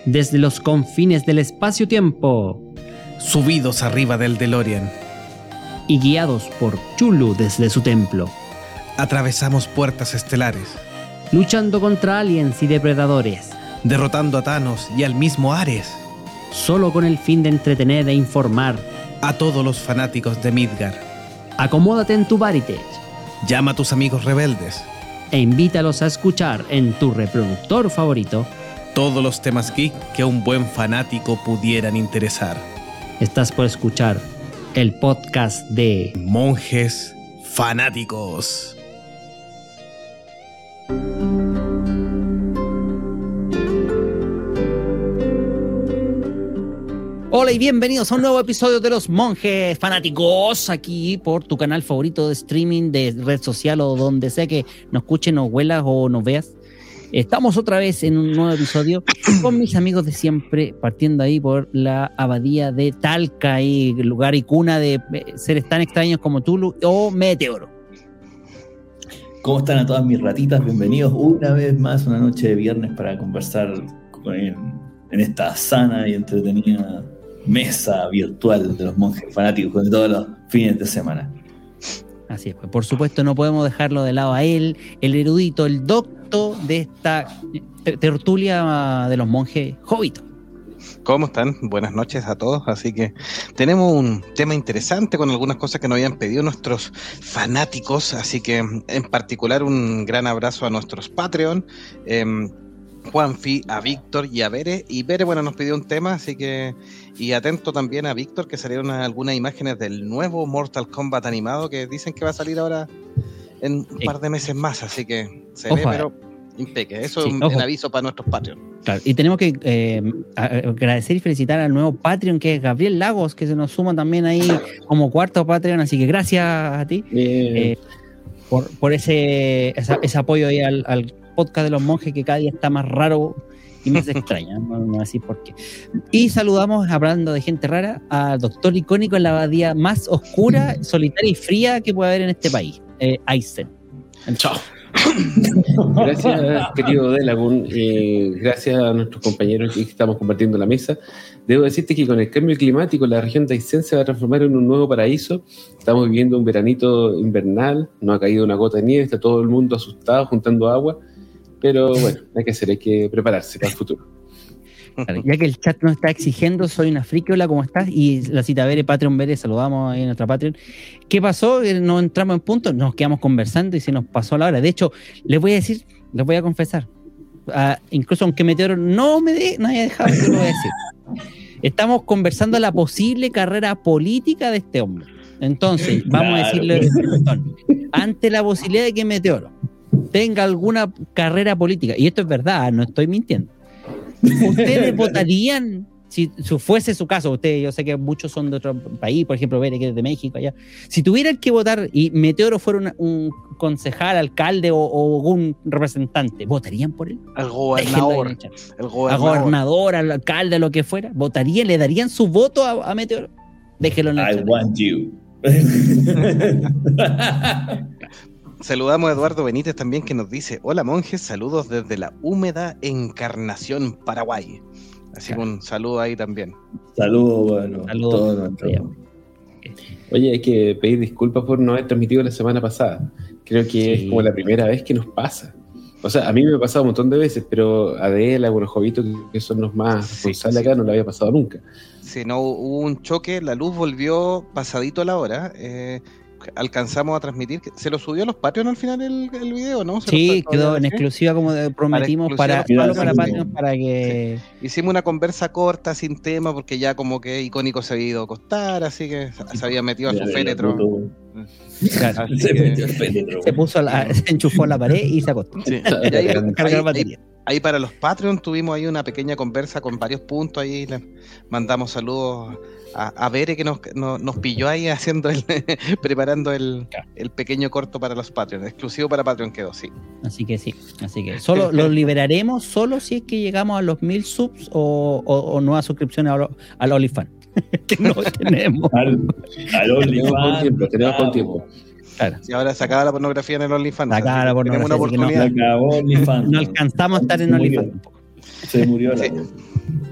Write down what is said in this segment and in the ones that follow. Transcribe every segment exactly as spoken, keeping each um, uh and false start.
desde los confines del espacio-tiempo, subidos arriba del DeLorean y guiados por Chulu desde su templo, atravesamos puertas estelares, luchando contra aliens y depredadores, derrotando a Thanos y al mismo Ares, solo con el fin de entretener e informar a todos los fanáticos de Midgar. Acomódate en tu Varitech, llama a tus amigos rebeldes e invítalos a escuchar en tu reproductor favorito todos los temas geek que a un buen fanático pudieran interesar. Estás por escuchar el podcast de Monjes Fanáticos. Hola y bienvenidos a un nuevo episodio de Los Monjes Fanáticos, aquí por tu canal favorito de streaming, de red social o donde sea que nos escuchen, nos huelas o nos veas. Estamos otra vez en un nuevo episodio con mis amigos de siempre, partiendo ahí por la abadía de Talca, y lugar y cuna de seres tan extraños como Tulu o Meteoro. ¿Cómo están a todas mis ratitas? Bienvenidos una vez más, una noche de viernes para conversar en, en esta sana y entretenida mesa virtual de los monjes fanáticos de todos los fines de semana. Así es, pues por supuesto no podemos dejarlo de lado a él, el erudito, el docto de esta tertulia de los monjes, Jovito. ¿Cómo están? Buenas noches a todos. Así que tenemos un tema interesante con algunas cosas que nos habían pedido nuestros fanáticos, así que en particular un gran abrazo a nuestros Patreon, eh, Juanfi, a Víctor y a Bere. Y Bere, bueno, nos pidió un tema, así que, y atento también a Víctor, que salieron algunas imágenes del nuevo Mortal Kombat animado que dicen que va a salir ahora en un sí. par de meses más, así que se ojo, ve, pero impeque. Eso sí, es un, un aviso para nuestros Patreon. Claro, y tenemos que eh, agradecer y felicitar al nuevo Patreon, que es Gabriel Lagos, que se nos suma también ahí como cuarto Patreon, así que gracias a ti eh, por, por ese, esa, ese apoyo ahí al, al podcast de los monjes, que cada día está más raro y más extraña, no, no así por qué. Y saludamos, hablando de gente rara, al doctor icónico en la abadía más oscura, solitaria y fría que puede haber en este país, eh, Aizen. Chao. Gracias, querido Delagun, eh, gracias a nuestros compañeros que estamos compartiendo la mesa. Debo decirte que con el cambio climático la región de Aysén se va a transformar en un nuevo paraíso. Estamos viviendo un veranito invernal, no ha caído una gota de nieve, está todo el mundo asustado juntando agua, pero bueno, hay que hacer, hay que prepararse para el futuro. Claro, ya que el chat nos está exigiendo, soy una friki, hola, ¿cómo estás? Y la cita Bere, Patreon Bere, saludamos ahí en nuestra Patreon. ¿Qué pasó? No entramos en punto, nos quedamos conversando y se nos pasó la hora. De hecho, les voy a decir, les voy a confesar, uh, incluso aunque Meteoro no me de, no haya dejado, yo lo voy a decir. Estamos conversando la posible carrera política de este hombre. Entonces, vamos claro. a decirle, ante la posibilidad de que Meteoro tenga alguna carrera política, y esto es verdad, no estoy mintiendo, ¿ustedes votarían, si, si fuese su caso, ustedes, yo sé que muchos son de otro país, por ejemplo, Bere, que es de México, allá, si tuvieran que votar y Meteoro fuera una, un concejal, alcalde o, o un representante, ¿votarían por él? Al gobernador, el gobernador. Al gobernador, al alcalde, lo que fuera, ¿votarían, le darían su voto a, a Meteoro? Déjelo en el I chat. want you. Saludamos a Eduardo Benítez también, que nos dice: hola monjes, saludos desde la húmeda Encarnación, Paraguay. Así que un saludo ahí también. Saludos, bueno. Saludos. Todo nuestro... Oye, hay que pedir disculpas por no haber transmitido la semana pasada. Creo que sí. es como la primera vez que nos pasa. O sea, a mí me ha pasado un montón de veces, pero a Adela, bueno, Jovito, que son los más responsables sí, sí. acá, no le había pasado nunca. Sí, no, hubo un choque, la luz volvió pasadito a la hora. Eh, alcanzamos a transmitir, ¿se lo subió a los Patreon al final el, el video, no? ¿Se sí, quedó en exclusiva, como prometimos, para, para, para Patreon, para que... Sí. Hicimos una conversa corta, sin tema, porque ya como que Icónico se había ido a acostar, así que se había metido a su féretro. Claro, se, que... metió el féretro. Se puso la, se enchufó a la pared y se acostó. Sí. Y ahí, ahí, ahí, ahí para los Patreon tuvimos ahí una pequeña conversa con varios puntos, ahí les mandamos saludos a, a Bere, que nos, nos, nos pilló ahí haciendo el preparando el, el pequeño corto para los Patreon, exclusivo para Patreon quedó, sí. Así que sí, así que solo lo liberaremos solo si es que llegamos a los mil subs o, o, o nuevas suscripciones al OnlyFans. Que no tenemos. Al, al OnlyFans. Tiempo, tenemos con tiempo. Claro. Si ahora se acaba la pornografía en el OnlyFans. Se acaba la pornografía. Una oportunidad. No, no alcanzamos a estar en OnlyFans tampoco. Se murió la sí.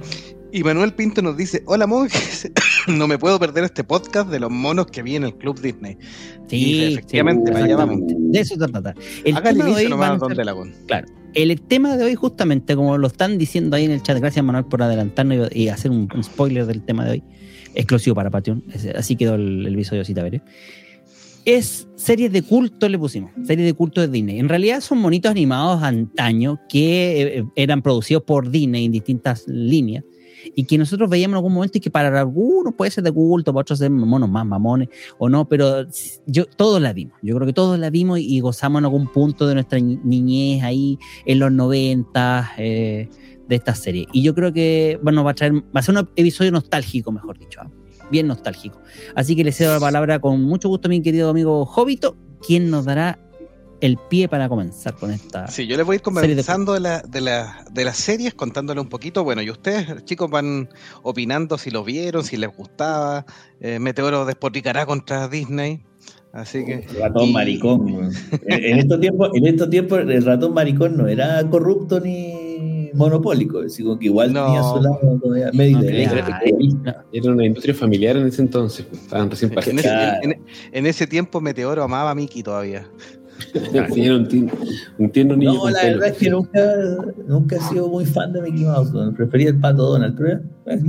Y Manuel Pinto nos dice, hola monjes, no me puedo perder este podcast de los monos que vi en el Club Disney. Sí, y efectivamente, sí, para allá vamos. De eso se trata. El Haga el tema de inicio hoy nomás, van a don ser- De Lagón. Claro. El tema de hoy, justamente, como lo están diciendo ahí en el chat, gracias Manuel por adelantarnos y, y hacer un, un spoiler del tema de hoy, exclusivo para Patreon, es- así quedó el, el episodio de Cita Vere. Es series de culto, le pusimos, series de culto de Disney. En realidad son monitos animados antaño que eh, eran producidos por Disney en distintas líneas y que nosotros veíamos en algún momento y que para algunos puede ser de culto, para otros ser monos más mamones o no, pero yo todos la vimos. Yo creo que todos la vimos y gozamos en algún punto de nuestra ni- niñez ahí en los noventa eh, de esta serie. Y yo creo que bueno, va a traer, va a ser un episodio nostálgico, mejor dicho, ¿eh? Bien nostálgico. Así que le cedo la palabra con mucho gusto a mi querido amigo Jovito, quien nos dará el pie para comenzar con esta. Sí, yo les voy a ir serie de- conversando de, la, de, la, de las series, contándole un poquito. Bueno, y ustedes, chicos, van opinando si lo vieron, si les gustaba. Eh, Meteoro despotricará contra Disney. Así que. Ratón y- maricón. weón. En, en estos tiempos, en estos tiempos el ratón maricón no era corrupto ni monopólico, así como que igual No. tenía su lado todavía medio No, idealista. claro. Era una industria familiar en ese entonces, pues, estaban recién En partiendo. ese, Claro. en- en ese tiempo Meteoro amaba a Mickey todavía. Era un tierno, un tierno niño No, con la pelo. verdad es que nunca, nunca he sido muy fan de Mickey Mouse. weón. Prefería el pato Donald, pero bueno.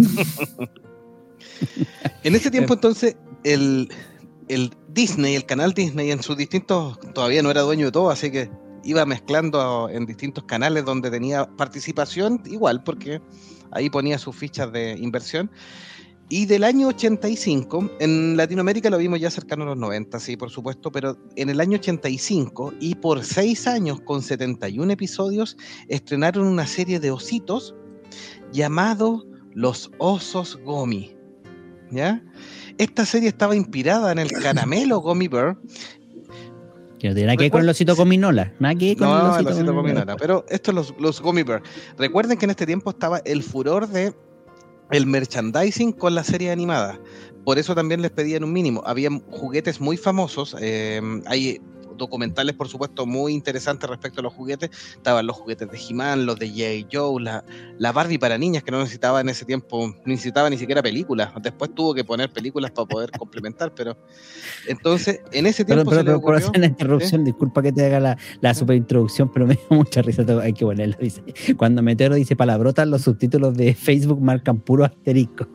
En ese tiempo, entonces, el, el Disney, el canal Disney, en sus distintos, todavía no era dueño de todo, así que iba mezclando en distintos canales donde tenía participación, igual, porque ahí ponía sus fichas de inversión. Y del año ochenta y cinco, en Latinoamérica lo vimos ya cercano a los noventa, sí, por supuesto, pero en el año ochenta y cinco, y por seis años con setenta y un episodios, estrenaron una serie de ositos llamado Los Osos Gomi. ¿Ya? Esta serie estaba inspirada en el caramelo Gummy Bear. Que no tiene nada que ver con el osito gominola. Nada que ver con No, el el osito, osito gominola. gominola, pero esto es los, los Gummy Bear. Recuerden que en este tiempo estaba el furor de el merchandising con la serie animada. Por eso también les pedían un mínimo. Había juguetes muy famosos. Eh, hay documentales, por supuesto, muy interesantes respecto a los juguetes. Estaban los juguetes de He-Man, los de G I. Joe, la, la Barbie para niñas, que no necesitaba en ese tiempo, no necesitaba ni siquiera películas. Después tuvo que poner películas para poder complementar, pero entonces, en ese Perdón, tiempo pero, se le pero por ocurrió... hacer la interrupción, disculpa que te haga la, la super introducción, pero me dio mucha risa, hay que ponerlo. Dice, cuando Meteoro dice palabrotas, los subtítulos de Facebook marcan puro asterisco.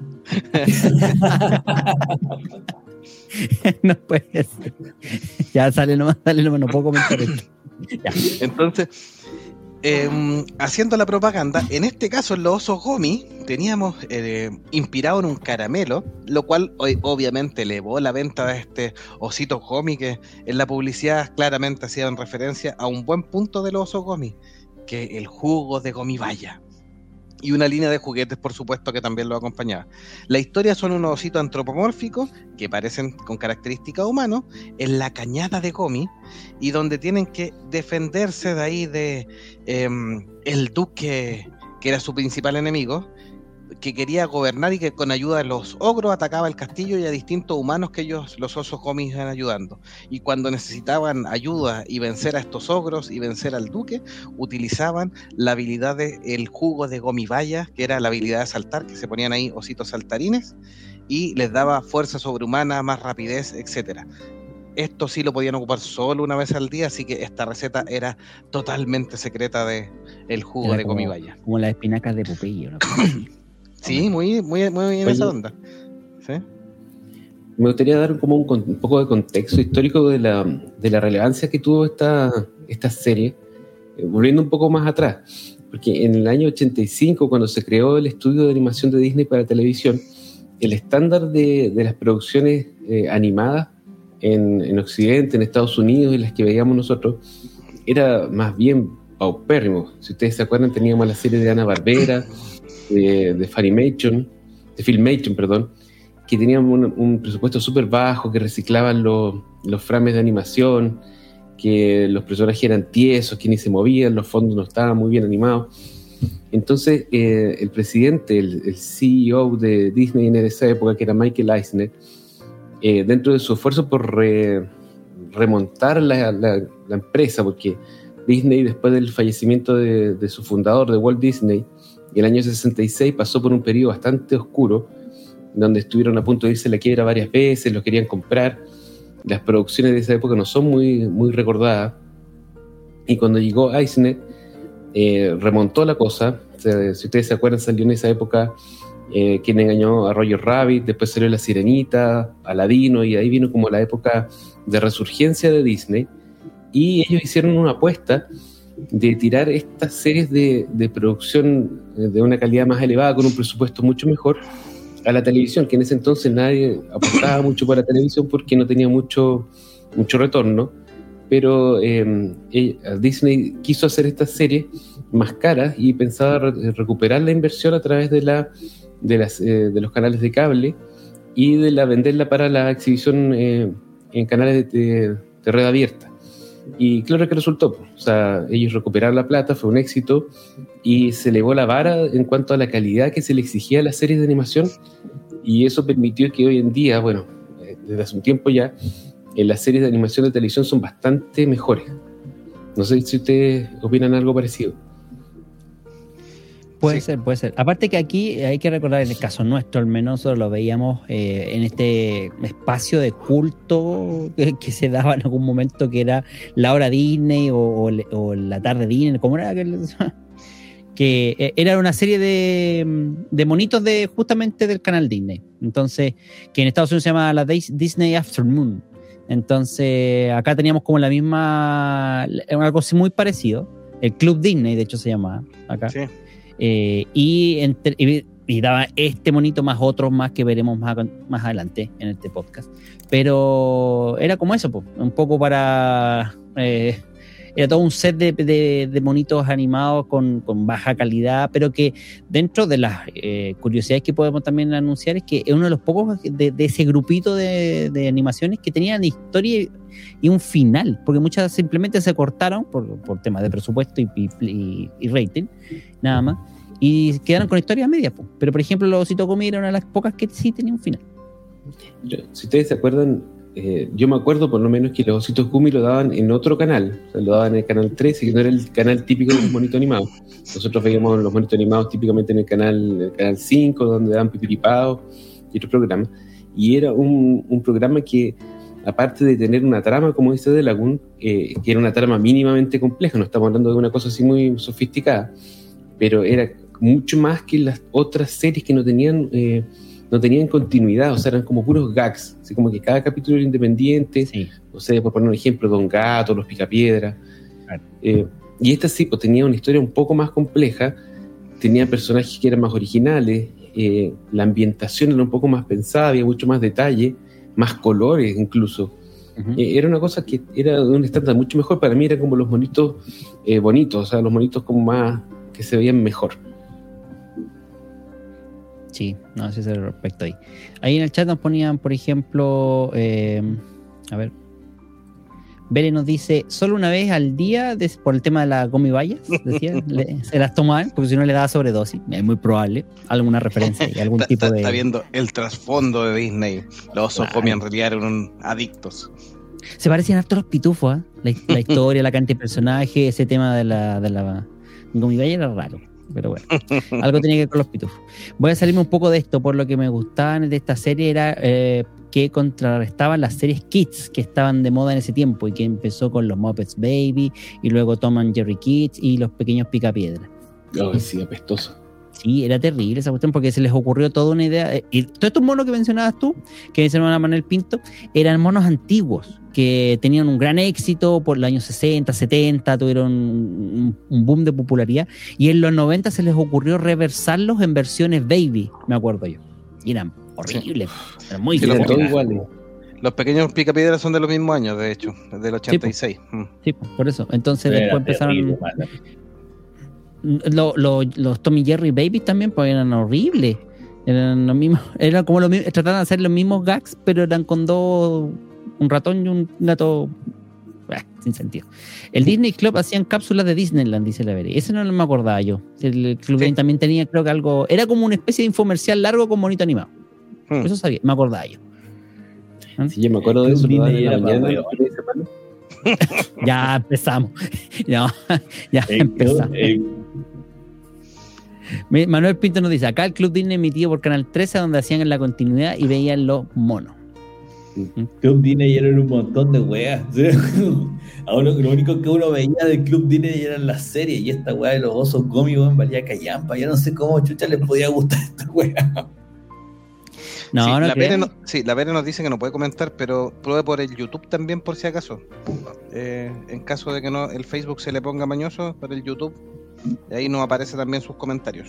No puede ser. Ya sale nomás, sale nomás, no puedo comentar esto. Ya. Entonces, eh, haciendo la propaganda, en este caso en los osos Gomi teníamos eh, inspirado en un caramelo, lo cual hoy, obviamente elevó la venta de este osito Gomi, que en la publicidad claramente hacían referencia a un buen punto de los osos Gomi, que el jugo de Gomibaya. Y una línea de juguetes, por supuesto, que también lo acompañaba. La historia son unos ositos antropomórficos que parecen con características humanos en la cañada de Gomi y donde tienen que defenderse de ahí de eh, el duque, que era su principal enemigo, que quería gobernar y que con ayuda de los ogros atacaba el castillo y a distintos humanos que ellos, los osos Gomi, iban ayudando. Y cuando necesitaban ayuda y vencer a estos ogros y vencer al duque, utilizaban la habilidad del jugo de Gomibaya, que era la habilidad de saltar, que se ponían ahí ositos saltarines y les daba fuerza sobrehumana, más rapidez, etcétera. Esto sí lo podían ocupar solo una vez al día, así que esta receta era totalmente secreta de el jugo Era de como, Gomibaya. como las espinacas de Popeye. Una cosa así. Sí, muy, muy, muy bien Oye. esa onda. ¿Sí? Me gustaría dar como un, con- un poco de contexto histórico de la, de la relevancia que tuvo esta, esta serie, eh, volviendo un poco más atrás, porque en el año ochenta y cinco, cuando se creó el estudio de animación de Disney para televisión, el estándar de, de las producciones eh, animadas en, en Occidente, en Estados Unidos y las que veíamos nosotros, era más bien paupérrimo. Si ustedes se acuerdan, teníamos la serie de Hanna-Barbera, de, de Funimation, de Filmation, perdón, que tenían un, un presupuesto súper bajo, que reciclaban los, los frames de animación, que los personajes eran tiesos, que ni se movían, los fondos no estaban muy bien animados. Entonces, eh, el presidente, el, el C E O de Disney en esa época, que era Michael Eisner, eh, dentro de su esfuerzo por re, remontar la, la, la empresa, porque Disney, después del fallecimiento de, de su fundador, de Walt Disney, y el año sesenta y seis pasó por un periodo bastante oscuro, donde estuvieron a punto de irse a la quiebra varias veces, lo querían comprar. Las producciones de esa época no son muy, muy recordadas, y cuando llegó Eisner, eh, remontó la cosa. O sea, si ustedes se acuerdan, salió en esa época eh, Quien engañó a Roger Rabbit, después salió La Sirenita, Aladino, y ahí vino como la época de resurgencia de Disney, y ellos hicieron una apuesta de tirar estas series de, de producción de una calidad más elevada, con un presupuesto mucho mejor, a la televisión, que en ese entonces nadie apostaba mucho por la televisión porque no tenía mucho, mucho retorno, pero eh, Disney quiso hacer estas series más caras y pensaba re- recuperar la inversión a través de, la, de, las, eh, de los canales de cable y de la venderla para la exhibición eh, en canales de, de, de red abierta. Y claro que resultó, o sea, ellos recuperaron la plata, fue un éxito, y se elevó la vara en cuanto a la calidad que se le exigía a las series de animación, y eso permitió que hoy en día, bueno, desde hace un tiempo ya, eh, las series de animación de televisión son bastante mejores. No sé si ustedes opinan algo parecido. Puede Sí. ser, puede ser. Aparte que aquí hay que recordar, en el caso nuestro al menos, nosotros lo veíamos eh, en este espacio de culto que, que se daba en algún momento, que era la hora Disney o, o, o la tarde Disney, ¿cómo era? Que, que era una serie de, de monitos de justamente del canal Disney. Entonces, que en Estados Unidos se llama la Disney Afternoon. Entonces, acá teníamos como la misma, algo así muy parecido. El Club Disney, de hecho, se llamaba acá. Sí. Eh, y, entre, y, y daba este monito más otros más que veremos más, más adelante en este podcast. Pero era como eso, pues, un poco para... Eh, era todo un set de, de, de monitos animados con, con baja calidad, pero que dentro de las eh, curiosidades que podemos también anunciar es que es uno de los pocos de, de ese grupito de, de animaciones que tenían historia y un final, porque muchas simplemente se cortaron por, por temas de presupuesto y, y, y rating, nada más, y quedaron con historias medias. Pues. Pero por ejemplo, Los Ositos Gummy era una de las pocas que sí tenía un final. Si ustedes se acuerdan, eh, yo me acuerdo por lo menos que Los Ositos Gummy lo daban en otro canal, o sea, lo daban en el canal trece, que no era el canal típico de los monitos animados. Nosotros veíamos los monitos animados típicamente en el canal, el canal cinco, donde daban Pipiripao y otros programas, y era un, un programa que, aparte de tener una trama, como dice De Lagoon, eh, que era una trama mínimamente compleja, no estamos hablando de una cosa así muy sofisticada, pero era mucho más que las otras series que no tenían eh, no tenían continuidad, o sea, eran como puros gags, así como que cada capítulo era independiente. Sí. No sé, por poner un ejemplo, Don Gato, Los Picapiedra. Claro. Eh, y esta sí, pues tenía una historia un poco más compleja, tenía personajes que eran más originales, eh, la ambientación era un poco más pensada, había mucho más detalle, más colores incluso. Uh-huh. Eh, era una cosa que era de un estándar mucho mejor. Para mí eran como los monitos eh, bonitos, o sea, los monitos como más que se veían mejor. Sí, no sé si es el respecto ahí. Ahí en el chat nos ponían, por ejemplo, eh, a ver, Bere nos dice, solo una vez al día de, por el tema de las gomibayas, decía, le, se las tomaban, porque si no le daba sobredosis, es muy probable, alguna referencia y algún está, tipo está, de... Está viendo el trasfondo de Disney, los osos Claro. Gummy en realidad eran adictos. Se parecían harto a los pitufos, ¿eh? la, la historia, la cantidad de personajes, ese tema de la, de la gomibaya era raro. Pero bueno, algo tenía que ver con los pitufos. Voy a salirme un poco de esto, por lo que me gustaban de esta serie era eh, que contrarrestaban las series Kids que estaban de moda en ese tiempo y que empezó con los Muppets Baby y luego Tom and Jerry Kids y los Pequeños Picapiedra. Oh, sí, apestoso. Sí, era terrible esa cuestión porque se les ocurrió toda una idea. Y todos estos monos que mencionabas tú, que mencionaba Manuel Pinto, eran monos antiguos que tenían un gran éxito por los años sesenta, setenta, tuvieron un, un boom de popularidad. Y en los noventa se les ocurrió reversarlos en versiones baby, me acuerdo yo. Y eran horribles, sí. Eran muy Sí, eran difíciles. todos iguales. Los Pequeños Picapiedras son de los mismos años, de hecho, del ochenta y seis. Sí, sí, por eso. Entonces Era después empezaron... terrible, mala. Lo, lo, los Tommy Jerry Babies también pues eran horribles, eran los mismos, eran como los mismos, trataban de hacer los mismos gags, pero eran con dos, un ratón y un gato, bah, sin sentido. El Disney Club hacían cápsulas de Disneyland, dice la Bere, ese no me acordaba yo. El Club Sí. también tenía, creo que algo, era como una especie de infomercial largo con monito animado. Hmm. Eso sabía, me acordaba yo. Sí, yo me acuerdo de eso, lo daban en la Era mañana, para los fines de semana. Ya empezamos, ya, ya Eh, empezamos. eh, Manuel Pinto nos dice, acá el Club Disney emitido por Canal trece, donde hacían la continuidad y veían los monos. Club Disney eran un montón de weas. Ahora lo único que uno veía del Club Disney eran las series, y esta wea de los osos Gomi, weón, valía callampa. Ya no sé cómo chucha les podía gustar esta wea. No, sí, no la Pere creo. no, sí, la Pere nos dice que no puede comentar, pero pruebe por el YouTube también por si acaso. Eh, en caso de que no el Facebook se le ponga mañoso, por el YouTube, ahí nos aparece también sus comentarios.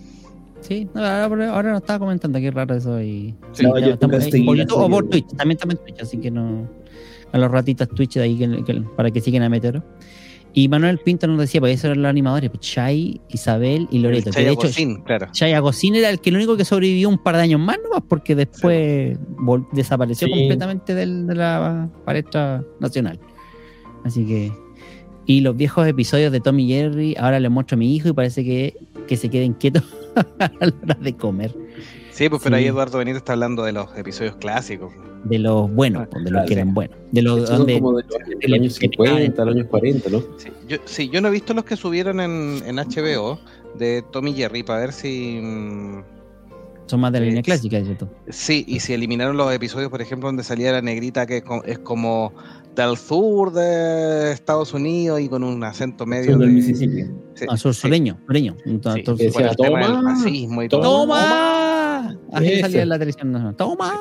Sí, no, ahora, ahora nos estaba comentando, qué raro eso. Y, Sí, no, ya yo estamos nunca ahí, seguí por la YouTube o serie, por weón. Twitch, también estamos en Twitch, así que no. A los ratitas Twitch de ahí que, que- para que sigan a Meteoro. Y Manuel Pinto nos decía, pues esos eran los animadores, pues, Chay, Isabel y Loreto. El Que de hecho, Chayagocín, claro. Chay Agosín era el que el único que sobrevivió un par de años más nomás, porque después vol- desapareció Sí. completamente del- de la palestra nacional. Así que. Y los viejos episodios de Tom y Jerry, ahora les muestro a mi hijo y parece que, que se queden quietos a la hora de comer. Sí, pues pero Sí. ahí Eduardo Benito está hablando de los episodios clásicos. De los buenos, pues, de los claro, que sí. eran buenos. De los Estos son donde como de los, de los años cincuenta, los años cuarenta, ¿no? Sí, yo, sí, yo no he visto los que subieron en, en H B O de Tom y Jerry para ver si... mm, son más de la línea es- clásica, ¿cierto? Sí, y si eliminaron los episodios, por ejemplo, donde salía la negrita que es co- es como del sur de Estados Unidos y con un acento medio Sur del de... Mississippi. Sí, Ah, sur sí, sureño, sureño. sí, Entonces, por Decía, el tema del "Toma, racismo y todo. ¡Toma! Así Eso. salía en la televisión nacional. ¡Toma!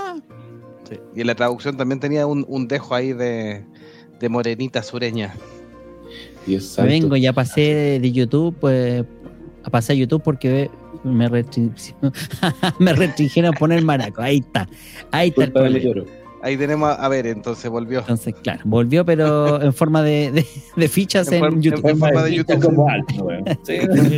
Sí, y en la traducción también tenía un, un dejo ahí de, de morenita sureña. Dios Me santo. vengo, ya pasé de YouTube, pues, a pasar a YouTube porque me, restri- me restringieron a poner maraco. Ahí está. Ahí está el Culpa de problema. Meteoro. Ahí tenemos, a, a ver, entonces volvió. Entonces, claro, volvió, pero en forma de, de, de fichas En en, forma- YouTube. en forma de Está YouTube. como alto, weón. Sí,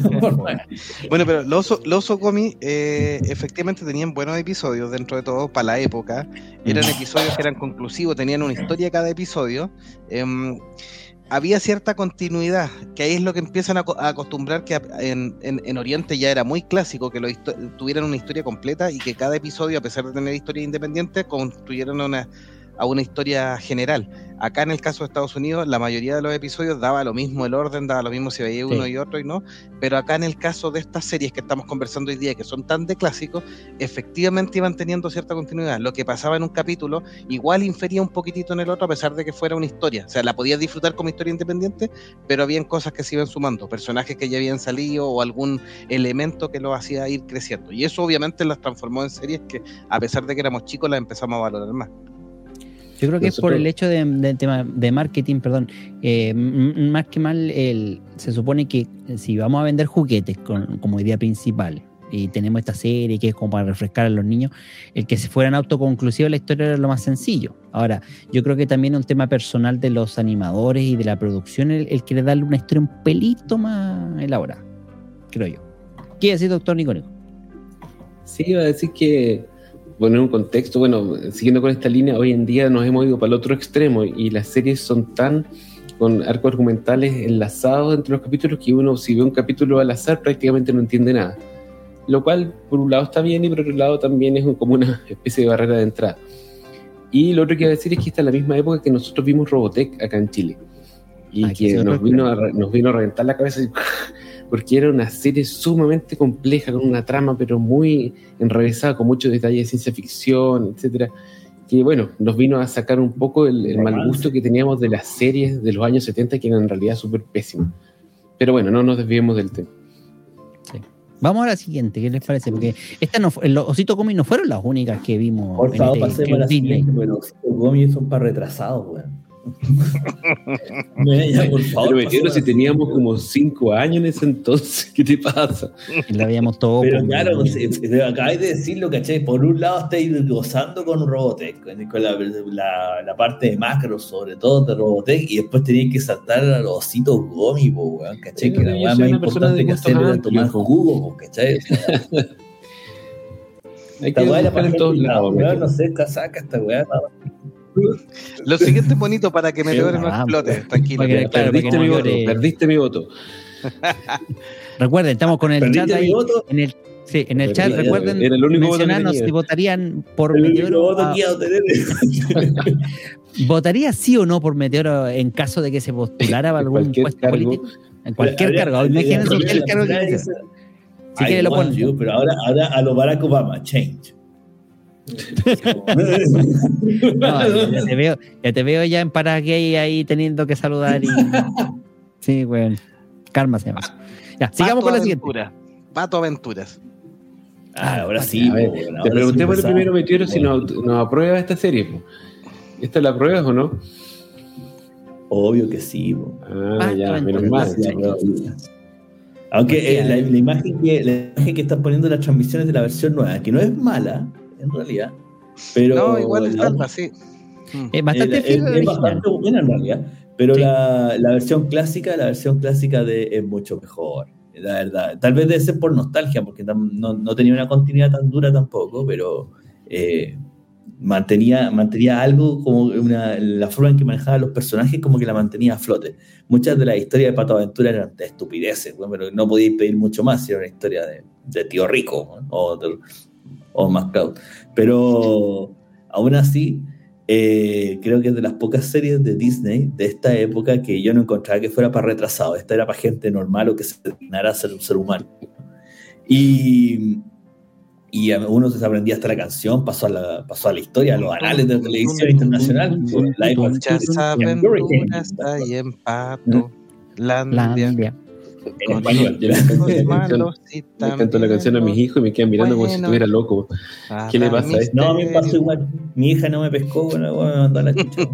Bueno, pero los oso- los Osogomi eh, efectivamente tenían buenos episodios dentro de todo para la época. Eran episodios que eran conclusivos, tenían una historia cada episodio. Em, había cierta continuidad, que ahí es lo que empiezan a, co- a acostumbrar, que a- en, en- en Oriente ya era muy clásico que los histo- tuvieran una historia completa y que cada episodio, a pesar de tener historias independientes, construyeran una, a una historia general. Acá en el caso de Estados Unidos, la mayoría de los episodios daba lo mismo el orden, daba lo mismo si veía uno Sí. y otro y no, pero acá en el caso de estas series que estamos conversando hoy día, que son tan de clásicos, efectivamente iban teniendo cierta continuidad. Lo que pasaba en un capítulo igual infería un poquitito en el otro, a pesar de que fuera una historia. O sea, la podías disfrutar como historia independiente, pero habían cosas que se iban sumando, personajes que ya habían salido o algún elemento que los hacía ir creciendo. Y eso obviamente las transformó en series que, a pesar de que éramos chicos, las empezamos a valorar más. Yo creo que es por Nosotros- el hecho de, de tema de marketing, perdón. Eh, m- más que mal, el, se supone que si vamos a vender juguetes con, como idea principal y tenemos esta serie que es como para refrescar a los niños, el que se fueran autoconclusivos la historia era lo más sencillo. Ahora, yo creo que también es un tema personal de los animadores y de la producción el, el querer darle una historia un pelito más elaborada, creo yo. ¿Qué decir, doctor Nicónico? Sí, iba a decir que poner un contexto, bueno, siguiendo con esta línea, hoy en día nos hemos ido para el otro extremo y las series son tan con arcos argumentales enlazados entre los capítulos que uno, si ve un capítulo al azar, prácticamente no entiende nada. Lo cual, por un lado, está bien y por otro lado también es como una especie de barrera de entrada. Y lo otro que iba a decir es que esta es la misma época que nosotros vimos Robotech acá en Chile. Y Ah, que que sí, nos otro vino, a, re- nos vino a reventar la cabeza porque era una serie sumamente compleja, con una trama pero muy enrevesada, con muchos detalles de ciencia ficción, etcétera, que bueno, nos vino a sacar un poco el, el mal gusto que teníamos de las series de los años setenta, que eran en realidad súper pésimas. Pero bueno, no nos desviemos del tema. Vamos a la siguiente, ¿qué les parece? Porque esta no fue, los Ositos Comics no fueron las únicas que vimos Por en favor, este pasemos a Club la Disney. siguiente, pero los Gomi son para retrasados, weón. Ya, por favor, Pero Meteoro, pasemos si a la teníamos como cinco años en ese entonces, ¿qué te pasa? Y la veíamos todo. Pero pues, claro, muy- se- se- acabáis de decirlo, ¿cachai? Por un lado estáis gozando con Robotech, con, con la, la, la parte de macro, sobre todo de Robotech, y después tenéis que saltar a los ositos Gomi, po, weón, ¿cachai? Sí, Que la yo weá soy más una persona de importante que gustos hacer era amplios, tomar po. jugo, po, ¿cachai? Hay Esta que weá era buscar para en todos gente, lados. weón, Meteoro. no sé, casaca esta weá. Lo siguiente es bonito para que Meteoro no Ah, explote, tranquilo. para que- Meteoro. claro, Perdiste para que mi no voto, llore. perdiste mi voto. Recuerden, estamos con el ¿Perdiste chat ahí. mi voto? En el, sí, en el Perdí, chat, era- recuerden era el único voto que mencionarnos tenía. si votarían por El único Meteoro. voto a- que iba a tener. ¿Votaría sí o no por Meteoro en caso de que se postulara para En algún cualquier puesto cargo. político? En cualquier Habría- cargo. Imagínense habría- usted el cargo que habría- quiera. Si quiere lo ponen. You, pero ahora, ahora a lo Barack Obama, change. No, ya, te veo, ya te veo ya en Paraguay ahí teniendo que saludar y... Sí, bueno. Karma se llama eso. Ya, sigamos con la siguiente. Pato Aventuras. Ah, ahora sí. A ver, po, ahora te pregunté sí por el empezamos. primero Meteoro si nos, nos aprueba esta serie. Po. ¿Esta la apruebas o no? Obvio que sí. Po. Ah, Ah, ya, bueno, menos Obvio mal. que sí, obvio. Aunque eh, la, la, imagen que, la imagen que están poniendo en las transmisiones de la versión nueva, que no es mala, en realidad, pero... No, igual es la, alta, sí. Es bastante eh, fiel es, al es original. bastante buena en realidad, pero Sí. la, la versión clásica, la versión clásica de, es mucho mejor, la verdad. Tal vez debe ser por nostalgia, porque tam, no, no tenía una continuidad tan dura tampoco, pero eh, mantenía, mantenía algo como una, la forma en que manejaba los personajes, como que la mantenía a flote. Muchas de las historias de Pato Aventura eran de estupideces, bueno, pero no podíais pedir mucho más si era una historia de, de Tío Rico, ¿no? o, de, o McCloud. Pero aún así, eh, creo que es de las pocas series de Disney de esta época que yo no encontraba que fuera para retrasado. Esta era para gente normal o que se dignara a ser un ser humano. Y... Y uno se aprendía hasta la canción, pasó a la, pasó a la historia, a los anales de la televisión internacional. Muchas aventuras hay en Pato Landia. Landia. En español. Yo le canto la canción, le canto la canción a mis hijos y me quedan mirando como si estuviera loco. ¿Qué le pasa a este? No, a mí me pasó igual. Mi hija no me pescó, bueno, me mandó a la chucha.